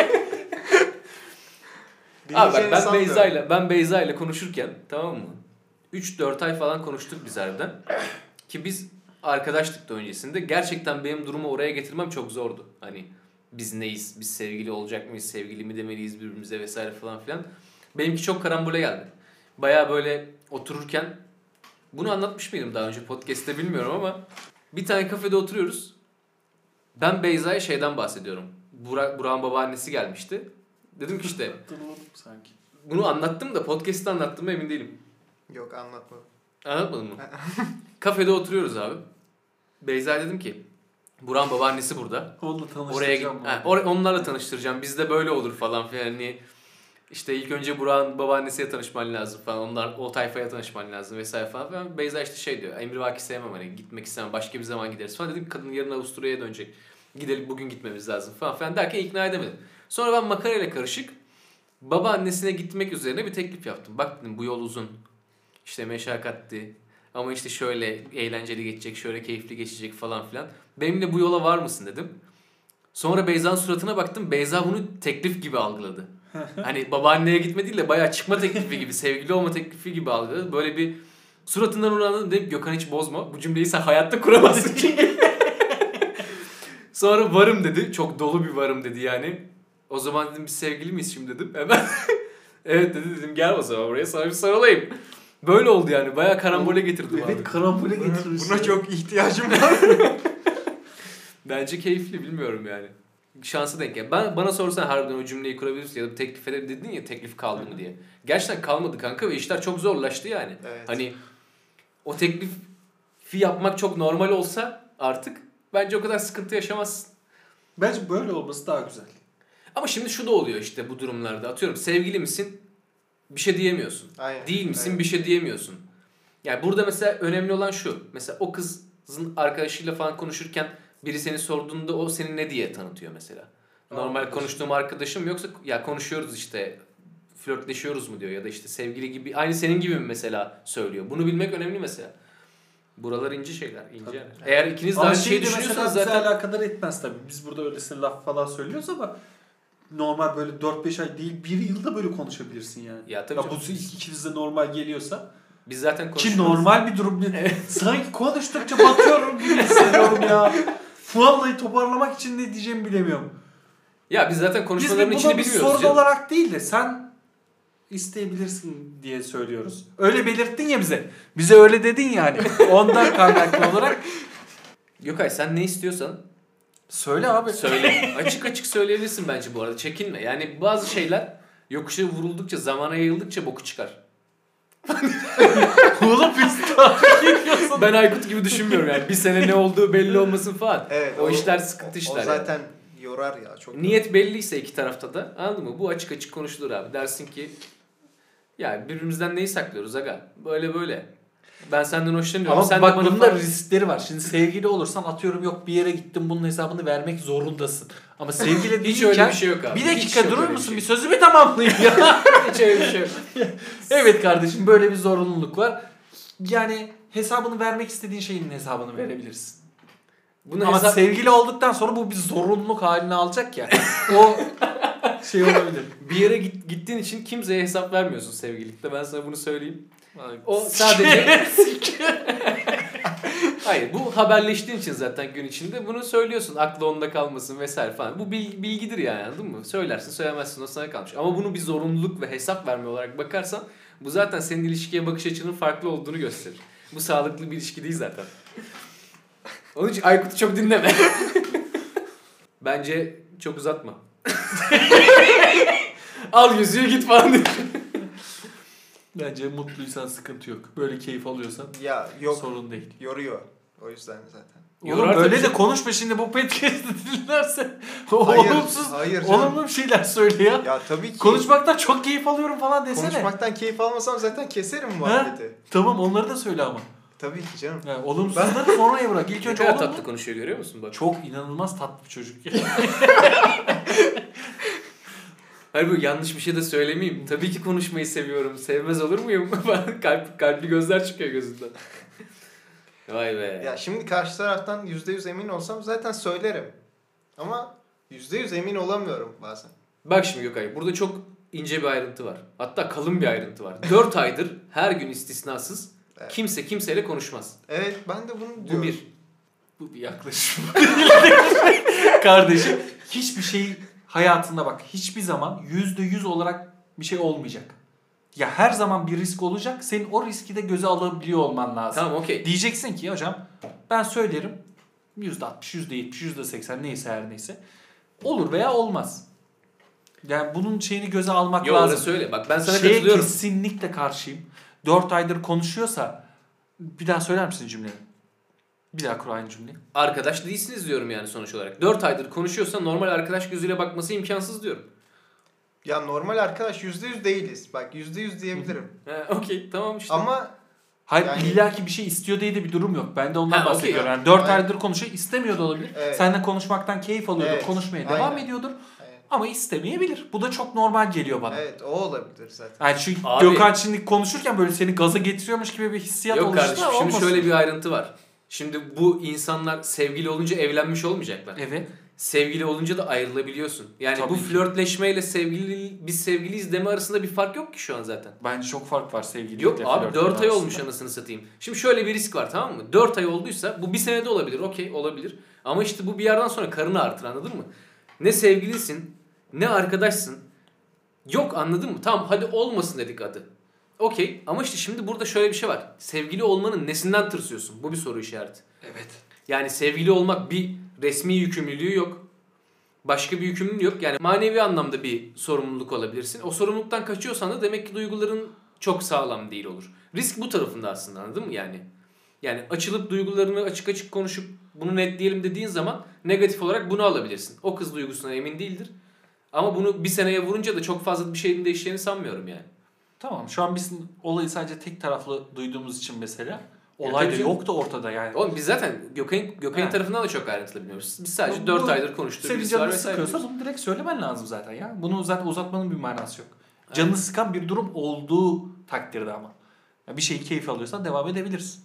[SPEAKER 2] Abi bak,
[SPEAKER 4] Dinleyeceğini
[SPEAKER 2] ben Beyza ile konuşurken, tamam mı? 3-4 ay falan konuştuk biz harbiden. Ki biz arkadaştık da öncesinde. Gerçekten benim durumu oraya getirmem çok zordu. Hani biz neyiz? Biz sevgili olacak mıyız? Sevgili mi demeliyiz birbirimize vesaire falan filan. Benimki çok karambole geldi. Baya böyle otururken, bunu anlatmış mıydım daha önce podcast'te bilmiyorum ama bir tane kafede oturuyoruz. Ben Beyza'ya şeyden bahsediyorum. Burak'ın babaannesi gelmişti. Dedim ki işte
[SPEAKER 3] Hatırladım sanki.
[SPEAKER 2] bunu anlattım da podcast'te anlattım mı emin değilim.
[SPEAKER 4] Yok, anlatmadım.
[SPEAKER 2] Anlatmadın mı? Kafede oturuyoruz abi. Beyza dedim ki Burak'ın babaannesi burada.
[SPEAKER 3] Onunla
[SPEAKER 2] Oraya git.
[SPEAKER 3] tanıştıracağım.
[SPEAKER 2] Onlarla tanıştıracağım. Bizde böyle olur falan filan. Hani işte ilk önce Burak'ın babaannesiyle tanışman lazım falan. O tayfaya tanışman lazım vesaire falan. Beyza işte şey diyor. Emrivaki sevmem, hani gitmek istemem. Başka bir zaman gideriz falan. Dedim kadın yarın Avusturya'ya dönecek. Gidelim, bugün gitmemiz lazım falan filan derken ikna edemedim. Sonra ben makarayla karışık babaannesine gitmek üzerine bir teklif yaptım. Bak dedim, bu yol uzun. İşte meşakkatli. Ama işte şöyle eğlenceli geçecek, şöyle keyifli geçecek falan filan. Benimle bu yola var mısın dedim. Sonra Beyza'nın suratına baktım. Beyza bunu teklif gibi algıladı. Hani babaanneye gitme değil de bayağı çıkma teklifi gibi, sevgili olma teklifi gibi algıladı. Böyle bir suratından onu anladım. Dedim Gökhan hiç bozma. Bu cümleyi sen hayatta kuramazsın çünkü. Sonra varım dedi. Çok dolu bir varım dedi yani. O zaman dedim biz sevgili miyiz şimdi dedim. Hemen evet dedi, dedim gel o zaman buraya sana bir sarılayım. Böyle oldu yani. Bayağı karambole getirdim abi.
[SPEAKER 3] Evet, karambole getirmiş.
[SPEAKER 4] Buna çok ihtiyacım var.
[SPEAKER 2] Bence keyifli, bilmiyorum yani. Şansı denk gel. Bana sorsan harbiden o cümleyi kurabilirsin ya da bir teklif edelim dedin ya, teklif kaldı mı diye. Gerçekten kalmadı kanka ve işler çok zorlaştı yani.
[SPEAKER 4] Evet.
[SPEAKER 2] Hani o teklifi yapmak çok normal olsa artık bence o kadar sıkıntı yaşamazsın.
[SPEAKER 3] Bence böyle olması daha güzel.
[SPEAKER 2] Ama şimdi şu da oluyor işte bu durumlarda. Atıyorum sevgili misin? Bir şey diyemiyorsun.
[SPEAKER 4] Aynen.
[SPEAKER 2] Değil misin?
[SPEAKER 4] Evet.
[SPEAKER 2] Bir şey diyemiyorsun. Yani burada mesela önemli olan şu. Mesela o kızın arkadaşıyla falan konuşurken biri seni sorduğunda o seni ne diye tanıtıyor mesela. Normal
[SPEAKER 3] Arkadaşım.
[SPEAKER 2] konuştuğum arkadaşım yoksa ya konuşuyoruz işte, flörtleşiyoruz mu diyor ya da işte sevgili gibi, aynı senin gibi mi mesela söylüyor. Bunu bilmek önemli mesela. Buralar ince şeyler, ince
[SPEAKER 3] Tabii.
[SPEAKER 2] yani. Eğer ikiniz de
[SPEAKER 3] Ama
[SPEAKER 2] aynı
[SPEAKER 3] şey
[SPEAKER 2] şeyi
[SPEAKER 3] de mesela
[SPEAKER 2] düşünüyorsanız
[SPEAKER 3] bize
[SPEAKER 2] zaten
[SPEAKER 3] alakadar etmez tabii. Biz burada öylesine laf falan söylüyoruz ama normal böyle 4-5 ay değil 1 yılda böyle konuşabilirsin yani.
[SPEAKER 2] ya tabii
[SPEAKER 3] Ya
[SPEAKER 2] canım.
[SPEAKER 3] bu ikiniz de normal geliyorsa
[SPEAKER 2] Biz zaten
[SPEAKER 3] ki
[SPEAKER 2] konuşuyoruz.
[SPEAKER 3] normal bir durum değil. Sanki konuştukça batıyorum gibi hissediyorum ya. Vallahi toparlamak için ne diyeceğimi bilemiyorum.
[SPEAKER 2] Ya biz zaten
[SPEAKER 3] Biz
[SPEAKER 2] konuşmaların
[SPEAKER 3] bir
[SPEAKER 2] içini
[SPEAKER 3] buna bir
[SPEAKER 2] bilmiyoruz.
[SPEAKER 3] sorun
[SPEAKER 2] canım.
[SPEAKER 3] olarak değil de sen isteyebilirsin diye söylüyoruz. Öyle belirttin ya bize. Bize öyle dedin yani. Ondan kaynaklı olarak
[SPEAKER 2] Gökay sen ne istiyorsan
[SPEAKER 3] Söyle abi.
[SPEAKER 2] Söyle. Açık açık söyleyebilirsin bence bu arada. Çekinme. Yani bazı şeyler yokuşa vuruldukça, zamana yayıldıkça boku çıkar.
[SPEAKER 3] Oğlum biz
[SPEAKER 2] Ben Aykut gibi düşünmüyorum yani. Bir sene ne olduğu belli olmasın falan.
[SPEAKER 4] Evet,
[SPEAKER 2] o işler sıkıntı işler.
[SPEAKER 4] O zaten yorar ya çok.
[SPEAKER 2] Niyet belliyse iki tarafta da, anladın mı? Bu açık açık konuşulur abi. Dersin ki ya birbirimizden neyi saklıyoruz aga? Böyle böyle. Ben senden hoşlanıyorum.
[SPEAKER 3] Ama
[SPEAKER 2] Sen
[SPEAKER 3] bak
[SPEAKER 2] de bana
[SPEAKER 3] bunun da riskleri var. Şimdi sevgili olursan atıyorum yok bir yere gittin bunun hesabını vermek zorundasın. Ama sevgili
[SPEAKER 2] hiç
[SPEAKER 3] değilken
[SPEAKER 2] öyle bir şey yok abi.
[SPEAKER 3] bir
[SPEAKER 2] Hiç
[SPEAKER 3] dakika
[SPEAKER 2] yok
[SPEAKER 3] durur
[SPEAKER 2] öyle bir
[SPEAKER 3] musun?
[SPEAKER 2] şey.
[SPEAKER 3] Bir sözümü tamamlayayım ya.
[SPEAKER 2] Hiç öyle bir şey yok.
[SPEAKER 3] Evet kardeşim böyle bir zorunluluk var. Yani hesabını vermek istediğin şeyin hesabını verebilirsin.
[SPEAKER 2] Bunu
[SPEAKER 3] Ama
[SPEAKER 2] hesap...
[SPEAKER 3] sevgili olduktan sonra bu bir zorunluluk haline alacak ya. O şey olabilir.
[SPEAKER 2] Bir yere gittiğin için kimseye hesap vermiyorsun sevgililikte. Ben sana bunu söyleyeyim. O sadece... Hayır, bu haberleştiğin için zaten gün içinde bunu söylüyorsun. Aklı onda kalmasın vesaire falan. Bu bilgidir yani, anladın mı? Söylersin söylemezsin, o sana kalmış. Ama bunu bir zorunluluk ve hesap verme olarak bakarsan bu zaten senin ilişkiye bakış açının farklı olduğunu gösterir. Bu sağlıklı bir ilişki değil zaten. Onun için Aykut'u çok dinleme. Bence çok uzatma. Al yüzüğü git falan diye.
[SPEAKER 3] Bence mutluysan sıkıntı yok. Böyle keyif alıyorsan
[SPEAKER 4] Ya yok,
[SPEAKER 3] sorun değil.
[SPEAKER 4] yoruyor. O yüzden zaten.
[SPEAKER 3] Oğlum
[SPEAKER 2] Yorar
[SPEAKER 3] böyle
[SPEAKER 2] tabii.
[SPEAKER 3] de konuşma şimdi bu podcast'ı dinlerse.
[SPEAKER 4] Hayır,
[SPEAKER 3] Olumsuz,
[SPEAKER 4] hayır canım.
[SPEAKER 3] olumlu bir şeyler söyle ya.
[SPEAKER 4] Ya tabii ki.
[SPEAKER 3] Konuşmaktan çok keyif alıyorum falan desene.
[SPEAKER 4] Konuşmaktan keyif almasam zaten keserim muhabbeti.
[SPEAKER 3] Tamam onları da söyle ama.
[SPEAKER 4] Tabii ki canım.
[SPEAKER 3] Yani olumsuzları sonraya bırak. İlk
[SPEAKER 2] Ne
[SPEAKER 3] önce
[SPEAKER 2] kadar
[SPEAKER 3] olumlu.
[SPEAKER 2] tatlı konuşuyor, görüyor musun bak.
[SPEAKER 3] Çok inanılmaz tatlı bir çocuk.
[SPEAKER 2] Hayır, bu yanlış bir şey de söylemeyeyim. Tabii ki konuşmayı seviyorum. Sevmez olur muyum? Kalpli gözler çıkıyor gözünden. Vay be.
[SPEAKER 4] Ya şimdi karşı taraftan %100 emin olsam zaten söylerim. Ama %100 emin olamıyorum bazen.
[SPEAKER 2] Bak şimdi Gökay, burada çok ince bir ayrıntı var. Hatta kalın bir ayrıntı var. 4 aydır her gün istisnasız
[SPEAKER 4] Evet.
[SPEAKER 2] kimse kimseyle konuşmaz.
[SPEAKER 4] Evet, ben de bunu
[SPEAKER 2] Bu
[SPEAKER 4] diyorum.
[SPEAKER 2] bir.
[SPEAKER 3] Bu bir yaklaşım. Kardeşim hiçbir şey hayatında bak hiçbir zaman %100 olarak bir şey olmayacak. Ya her zaman bir risk olacak. Senin o riski de göze alabiliyor olman lazım.
[SPEAKER 2] Tamam, okey.
[SPEAKER 3] Diyeceksin ki hocam ben söylerim %60, %70, %80 neyse her neyse. Olur veya olmaz. Yani bunun şeyini göze almak
[SPEAKER 2] Yo,
[SPEAKER 3] lazım.
[SPEAKER 2] orası öyle. Bak ben sana
[SPEAKER 3] Şeye
[SPEAKER 2] katılıyorum.
[SPEAKER 3] kesinlikle karşıyım. 4 aydır konuşuyorsa bir daha söyler misin cümleyi? Bir daha kur aynı cümleyi.
[SPEAKER 2] Arkadaş değilsiniz diyorum yani sonuç olarak. 4 aydır konuşuyorsa normal arkadaş gözüyle bakması imkansız diyorum.
[SPEAKER 4] Ya normal arkadaş %100 değiliz. Bak %100 diyebilirim.
[SPEAKER 2] Okey, tamam işte.
[SPEAKER 4] Ama
[SPEAKER 3] Hayır
[SPEAKER 4] yani-
[SPEAKER 3] illaki bir şey istiyor diye de bir durum yok. Ben de ondan
[SPEAKER 2] Ha, okey.
[SPEAKER 3] bahsediyorum. Yani 4
[SPEAKER 4] Aynen.
[SPEAKER 3] aydır konuşuyor istemiyor da olabilir.
[SPEAKER 4] Evet.
[SPEAKER 3] Seninle konuşmaktan keyif alıyordur.
[SPEAKER 4] Evet.
[SPEAKER 3] Konuşmaya
[SPEAKER 4] Aynen.
[SPEAKER 3] devam ediyordur.
[SPEAKER 4] evet,
[SPEAKER 3] Ama istemeyebilir. Bu da çok normal geliyor bana.
[SPEAKER 4] evet, o olabilir zaten.
[SPEAKER 3] Yani şu
[SPEAKER 2] Abi-
[SPEAKER 3] Gökhan şimdi konuşurken böyle seni gaza getiriyormuş gibi bir hissiyat
[SPEAKER 2] Yok
[SPEAKER 3] oluştu
[SPEAKER 2] kardeşim,
[SPEAKER 3] ama
[SPEAKER 2] şimdi
[SPEAKER 3] olmasın.
[SPEAKER 2] şöyle bir ayrıntı var. Şimdi bu insanlar sevgili olunca evlenmiş olmayacaklar.
[SPEAKER 3] Evet.
[SPEAKER 2] Sevgili olunca da ayrılabiliyorsun. Yani
[SPEAKER 3] Tabii
[SPEAKER 2] bu
[SPEAKER 3] ki.
[SPEAKER 2] flörtleşmeyle biz sevgiliyiz deme arasında bir fark yok ki şu an zaten.
[SPEAKER 3] Bence çok fark var sevgili.
[SPEAKER 2] Yok abi, 4 ay olmuş anasını satayım. Şimdi şöyle bir risk var, tamam mı? 4 ay olduysa bu bir senede olabilir, okey, olabilir. Ama işte bu bir yerden sonra karını artır, anladın mı? Ne sevgilisin ne arkadaşsın. Yok, anladın mı? Tamam, hadi olmasın dedik adı. Okey, ama işte şimdi burada şöyle bir şey var. Sevgili olmanın nesinden tırsıyorsun? Bu bir soru işareti.
[SPEAKER 3] Evet.
[SPEAKER 2] Yani sevgili olmak bir resmi yükümlülüğü yok. Başka bir yükümlülüğü yok. Yani manevi anlamda bir sorumluluk olabilirsin. O sorumluluktan kaçıyorsan da demek ki duyguların çok sağlam değil olur. Risk bu tarafında aslında, anladın mı yani? Yani açılıp duygularını açık açık konuşup bunu netleyelim dediğin zaman negatif olarak bunu alabilirsin. O kız duygusuna emin değildir. Ama bunu bir seneye vurunca da çok fazla bir şeyin değişeceğini sanmıyorum yani.
[SPEAKER 3] Tamam şu an biz olayı sadece tek taraflı duyduğumuz için mesela olay da
[SPEAKER 2] tabii canım.
[SPEAKER 3] yoktu ortada yani.
[SPEAKER 2] Oğlum biz zaten Gökay'ın
[SPEAKER 3] Ha.
[SPEAKER 2] tarafından da çok ayrıntılı bilmiyoruz. Biz sadece
[SPEAKER 3] Bu-
[SPEAKER 2] 4 aydır konuştuğumuz
[SPEAKER 3] Senin
[SPEAKER 2] birisi var
[SPEAKER 3] canını
[SPEAKER 2] vesaire.
[SPEAKER 3] sıkıyorsa
[SPEAKER 2] diyoruz.
[SPEAKER 3] bunu direkt söylemen lazım zaten ya. Bunu zaten uzatmanın bir manası yok. Canını sıkan bir durum olduğu takdirde ama. Ya bir şeyi keyif alıyorsan devam edebilirsin.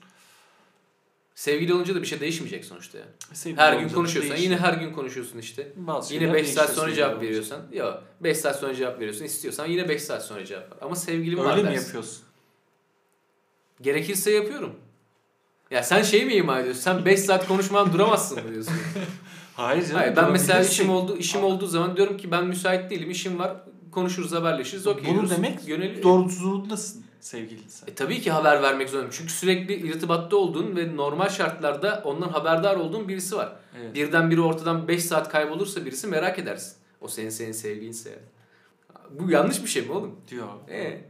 [SPEAKER 2] Sevgili olunca da bir şey değişmeyecek sonuçta yani.
[SPEAKER 3] Sevgili
[SPEAKER 2] Her gün
[SPEAKER 3] olunca da
[SPEAKER 2] konuşuyorsan
[SPEAKER 3] değişir.
[SPEAKER 2] yine her gün konuşuyorsun işte.
[SPEAKER 3] Bazı
[SPEAKER 2] Yine
[SPEAKER 3] şeyler
[SPEAKER 2] 5 saat
[SPEAKER 3] değişir
[SPEAKER 2] sonra
[SPEAKER 3] sevgili
[SPEAKER 2] cevap
[SPEAKER 3] olunca.
[SPEAKER 2] veriyorsan. Yok, 5 saat sonra cevap veriyorsun. İstiyorsan yine 5 saat sonra cevap ver. Ama sevgilim var
[SPEAKER 3] Öyle mi
[SPEAKER 2] dersin.
[SPEAKER 3] yapıyorsun?
[SPEAKER 2] Gerekirse yapıyorum. Ya sen şey mi ima ediyorsun? Sen 5 saat konuşmadan duramazsın mı diyorsun?
[SPEAKER 3] Hayır canım.
[SPEAKER 2] Hayır, ben mesela
[SPEAKER 3] durabilirsin.
[SPEAKER 2] işim olduğu zaman diyorum ki ben müsait değilim, işim var. Konuşuruz, haberleşiriz. Okey.
[SPEAKER 3] Bunu
[SPEAKER 2] diyoruz.
[SPEAKER 3] demek
[SPEAKER 2] Yöneliyor.
[SPEAKER 3] doğru zorundasın. sevgiliyse.
[SPEAKER 2] Tabii ki haber vermek zorundayım. Çünkü sürekli irtibatta olduğun ve normal şartlarda ondan haberdar olduğun birisi var.
[SPEAKER 3] Evet.
[SPEAKER 2] Birdenbire ortadan 5 saat kaybolursa birisi merak edersin. O senin sevgilinse yani. Bu yanlış bir şey mi oğlum?
[SPEAKER 3] Diyor.
[SPEAKER 2] Ee?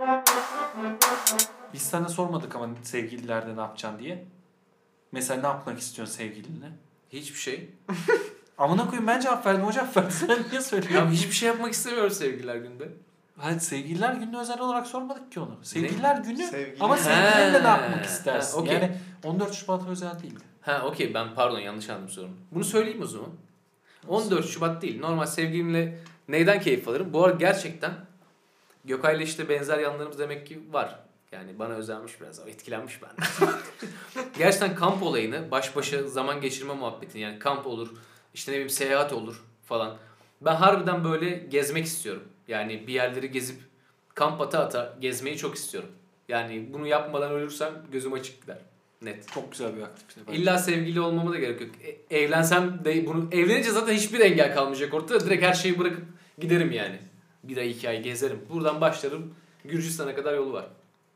[SPEAKER 3] Biz sana sormadık ama sevgililerde ne yapacaksın diye. Mesela ne yapmak istiyorsun sevgilinle?
[SPEAKER 2] Hiçbir şey.
[SPEAKER 3] Amına koyayım ben cevap verdim, o cevap verdi. Sen niye söylüyorsun?
[SPEAKER 2] Ya hiçbir şey yapmak istemiyorum sevgililer günde.
[SPEAKER 3] Hayır, sevgililer günü özel olarak sormadık ki onu. Sevgililer günü
[SPEAKER 4] Sevgili-
[SPEAKER 3] ama sevgilinle ne yapmak
[SPEAKER 2] Ha,
[SPEAKER 3] istersin?
[SPEAKER 2] okey.
[SPEAKER 3] Yani 14 Şubat özel değildi.
[SPEAKER 2] Ha okey, ben pardon yanlış anladım sorumu. Bunu söyleyeyim o zaman. 14 Şubat değil. Normal sevgilimle neyden keyif alırım? Bu arada gerçekten Gökay'la işte benzer yanlarımız demek ki var. Yani bana özenmiş biraz. Etkilenmiş ben. Gerçekten kamp olayını, baş başa zaman geçirme muhabbetini, yani kamp olur, işte ne bileyim seyahat olur falan. Ben harbiden böyle gezmek istiyorum. Yani bir yerleri gezip kamp ata gezmeyi çok istiyorum. Yani bunu yapmadan ölürsem gözüm açık gider. Net.
[SPEAKER 3] Çok güzel bir aktivite. bence.
[SPEAKER 2] İlla sevgili olmama da gerek yok. Evlensem de bunu, evlenince zaten hiçbir engel kalmayacak ortada. Direkt her şeyi bırakıp giderim yani. Bir ay 2 ay gezerim. Buradan başlarım. Gürcistan'a kadar yolu var.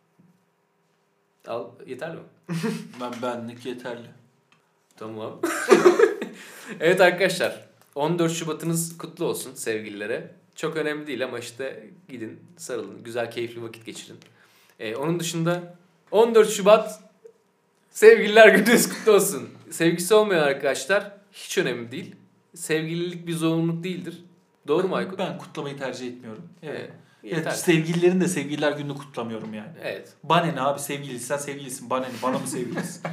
[SPEAKER 2] Al, yeterli mi?
[SPEAKER 3] Benlik yeterli.
[SPEAKER 2] Tamam. Evet arkadaşlar. 14 Şubat'ınız kutlu olsun sevgililere. Çok önemli değil ama işte gidin, sarılın. Güzel, keyifli vakit geçirin. Onun dışında 14 Şubat sevgililer gününüz kutlu olsun. Sevgisi olmayan arkadaşlar hiç önemli değil. Sevgililik bir zorunluluk değildir. Doğru mu Aykut?
[SPEAKER 3] Ben kutlamayı tercih etmiyorum. Evet.
[SPEAKER 2] Yeter.
[SPEAKER 3] Evet, sevgililerin de sevgililer gününü kutlamıyorum yani.
[SPEAKER 2] Evet.
[SPEAKER 3] Bana ne abi, sevgiliysen sevgilisin. Bana mı sevgilisin?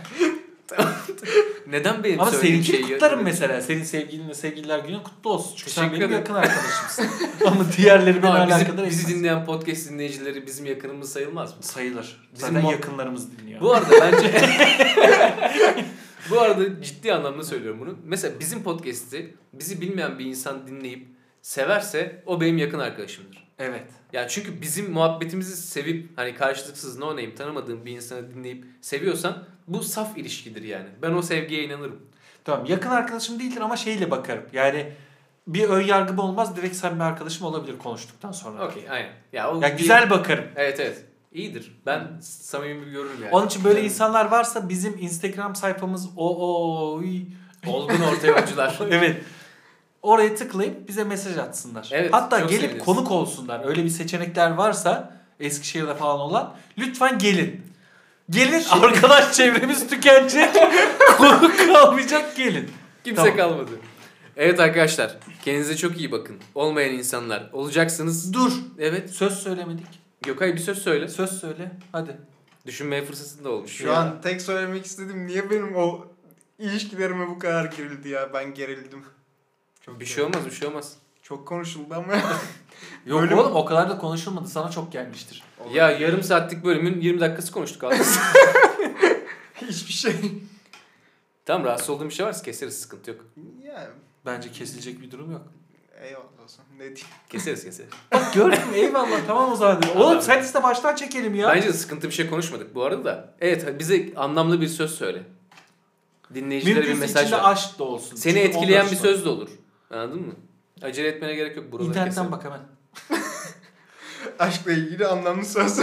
[SPEAKER 2] Neden benim
[SPEAKER 3] Ama
[SPEAKER 2] söylediğim
[SPEAKER 3] seninkini
[SPEAKER 2] şeyi...
[SPEAKER 3] kutlarım mesela. Senin sevgilinle sevgililer günü kutlu olsun. Çünkü sen
[SPEAKER 2] Teşekkür
[SPEAKER 3] benim
[SPEAKER 2] ederim.
[SPEAKER 3] yakın arkadaşımsın. Ama diğerleri benimle
[SPEAKER 2] Ama
[SPEAKER 3] alakadar
[SPEAKER 2] bizi
[SPEAKER 3] etmez.
[SPEAKER 2] dinleyen podcast dinleyicileri bizim yakınımız sayılmaz mı?
[SPEAKER 3] Sayılır.
[SPEAKER 2] Bizim
[SPEAKER 3] Zaten yakınlarımız dinliyor.
[SPEAKER 2] Bu arada bence... Bu arada ciddi anlamda söylüyorum bunu. Mesela bizim podcast'i bizi bilmeyen bir insan dinleyip severse o benim yakın arkadaşımdır.
[SPEAKER 3] Evet.
[SPEAKER 2] Yani çünkü bizim muhabbetimizi sevip hani karşılıksız no name tanımadığım bir insanı dinleyip seviyorsan bu saf ilişkidir yani. Ben o sevgiye inanırım.
[SPEAKER 3] Tamam, yakın arkadaşım değildir ama şeyle bakarım. Yani bir ön yargım olmaz. Direkt samimi arkadaşım olabilir konuştuktan sonra.
[SPEAKER 2] Okey, aynen. Ya, o
[SPEAKER 3] Ya güzel bakarım.
[SPEAKER 2] Evet evet. İyidir. Ben samimi bir görürüm yani.
[SPEAKER 3] Onun için böyle
[SPEAKER 2] Güzel.
[SPEAKER 3] insanlar varsa bizim Instagram sayfamız
[SPEAKER 2] Olgun orta yolcular.
[SPEAKER 3] evet. Oraya tıklayıp bize mesaj atsınlar.
[SPEAKER 2] Evet,
[SPEAKER 3] Hatta
[SPEAKER 2] çok
[SPEAKER 3] gelip
[SPEAKER 2] seviniriz.
[SPEAKER 3] konuk olsunlar. Öyle bir seçenekler varsa Eskişehir'de falan olan lütfen gelin. Gelin, arkadaş çevremiz tükenecek. Konuk kalmayacak, gelin.
[SPEAKER 2] Kimse
[SPEAKER 3] Tamam.
[SPEAKER 2] kalmadı. Evet arkadaşlar. Kendinize çok iyi bakın. Olmayan insanlar olacaksınız.
[SPEAKER 3] Dur.
[SPEAKER 2] Evet.
[SPEAKER 3] Söz söylemedik.
[SPEAKER 2] Gökay bir söz söyle.
[SPEAKER 3] Söz söyle. Hadi.
[SPEAKER 2] Düşünmeye fırsatın da olmuş.
[SPEAKER 4] Şu an tek söylemek istediğim, niye benim o ilişkilerime bu kadar gerildi ya? Ben gerildim. Çok
[SPEAKER 2] Bir şey olmaz, bir şey olmaz.
[SPEAKER 4] Çok konuşuldu ama.
[SPEAKER 3] Yok
[SPEAKER 4] Böyle-
[SPEAKER 3] oğlum, o kadar da konuşulmadı. Sana çok gelmiştir.
[SPEAKER 2] Ya yarım saatlik bölümün 20 dakikası konuştuk abi.
[SPEAKER 4] Hiçbir şey.
[SPEAKER 2] Tamam, rahatsız olduğum bir şey varsa keseriz, sıkıntı yok.
[SPEAKER 4] Ya
[SPEAKER 3] Bence kesilecek bir durum yok.
[SPEAKER 4] eyvallah olsun. Ne diyeyim?
[SPEAKER 2] Keseriz.
[SPEAKER 3] Bak gördün mü? Eyvallah, tamam o zaman. Oğlum sen iste baştan çekelim ya.
[SPEAKER 2] Bence de sıkıntı bir şey konuşmadık bu arada da. Evet, bize anlamlı bir söz söyle. Dinleyicilere bir
[SPEAKER 3] Mümkünse
[SPEAKER 2] mesaj
[SPEAKER 3] içinde
[SPEAKER 2] ver.
[SPEAKER 3] aşk da olsun.
[SPEAKER 2] Seni
[SPEAKER 3] Çünkü
[SPEAKER 2] etkileyen
[SPEAKER 3] onlar
[SPEAKER 2] bir
[SPEAKER 3] var.
[SPEAKER 2] söz de olur. Anladın mı? Acele etmene gerek yok. Buraları
[SPEAKER 3] İnternetten
[SPEAKER 2] keselim.
[SPEAKER 3] bak hemen.
[SPEAKER 4] Aşkla ilgili anlamlı söz.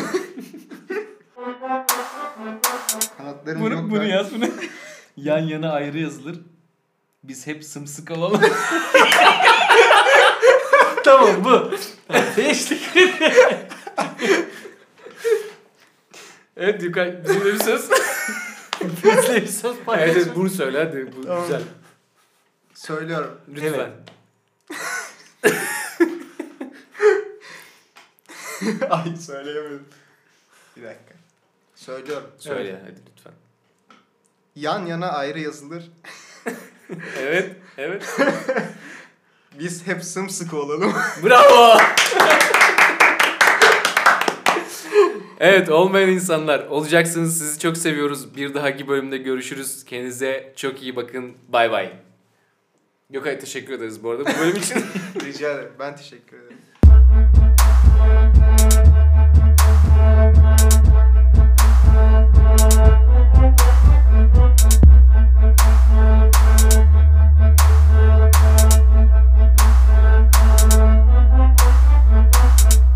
[SPEAKER 4] Kanatlarım yok. ben.
[SPEAKER 3] yaz bunu. Yan yana ayrı yazılır. Biz hep sımsıkı olalım. Tamam bu. Değiştik.
[SPEAKER 2] Evet Gökay, bizimle bir söz.
[SPEAKER 3] Bizle bir söz
[SPEAKER 2] Evet,
[SPEAKER 3] paylaşın.
[SPEAKER 2] evet, bunu söyle hadi. Bu
[SPEAKER 4] Tamam.
[SPEAKER 2] güzel.
[SPEAKER 4] Söylüyorum.
[SPEAKER 2] Lütfen.
[SPEAKER 3] Evet.
[SPEAKER 4] Ay söyleyemedim. Bir dakika. Söylüyorum.
[SPEAKER 2] Söyle hadi lütfen.
[SPEAKER 4] Yan yana ayrı yazılır.
[SPEAKER 2] Evet, evet.
[SPEAKER 4] Biz hep sımsıkı olalım.
[SPEAKER 2] Bravo. Evet, olmayan insanlar olacaksınız. Sizi çok seviyoruz. Bir dahaki bölümde görüşürüz. Kendinize çok iyi bakın. Bay bay. Gökay teşekkür ederiz bu arada bu bölüm için.
[SPEAKER 4] Rica ederim. Ben teşekkür ederim.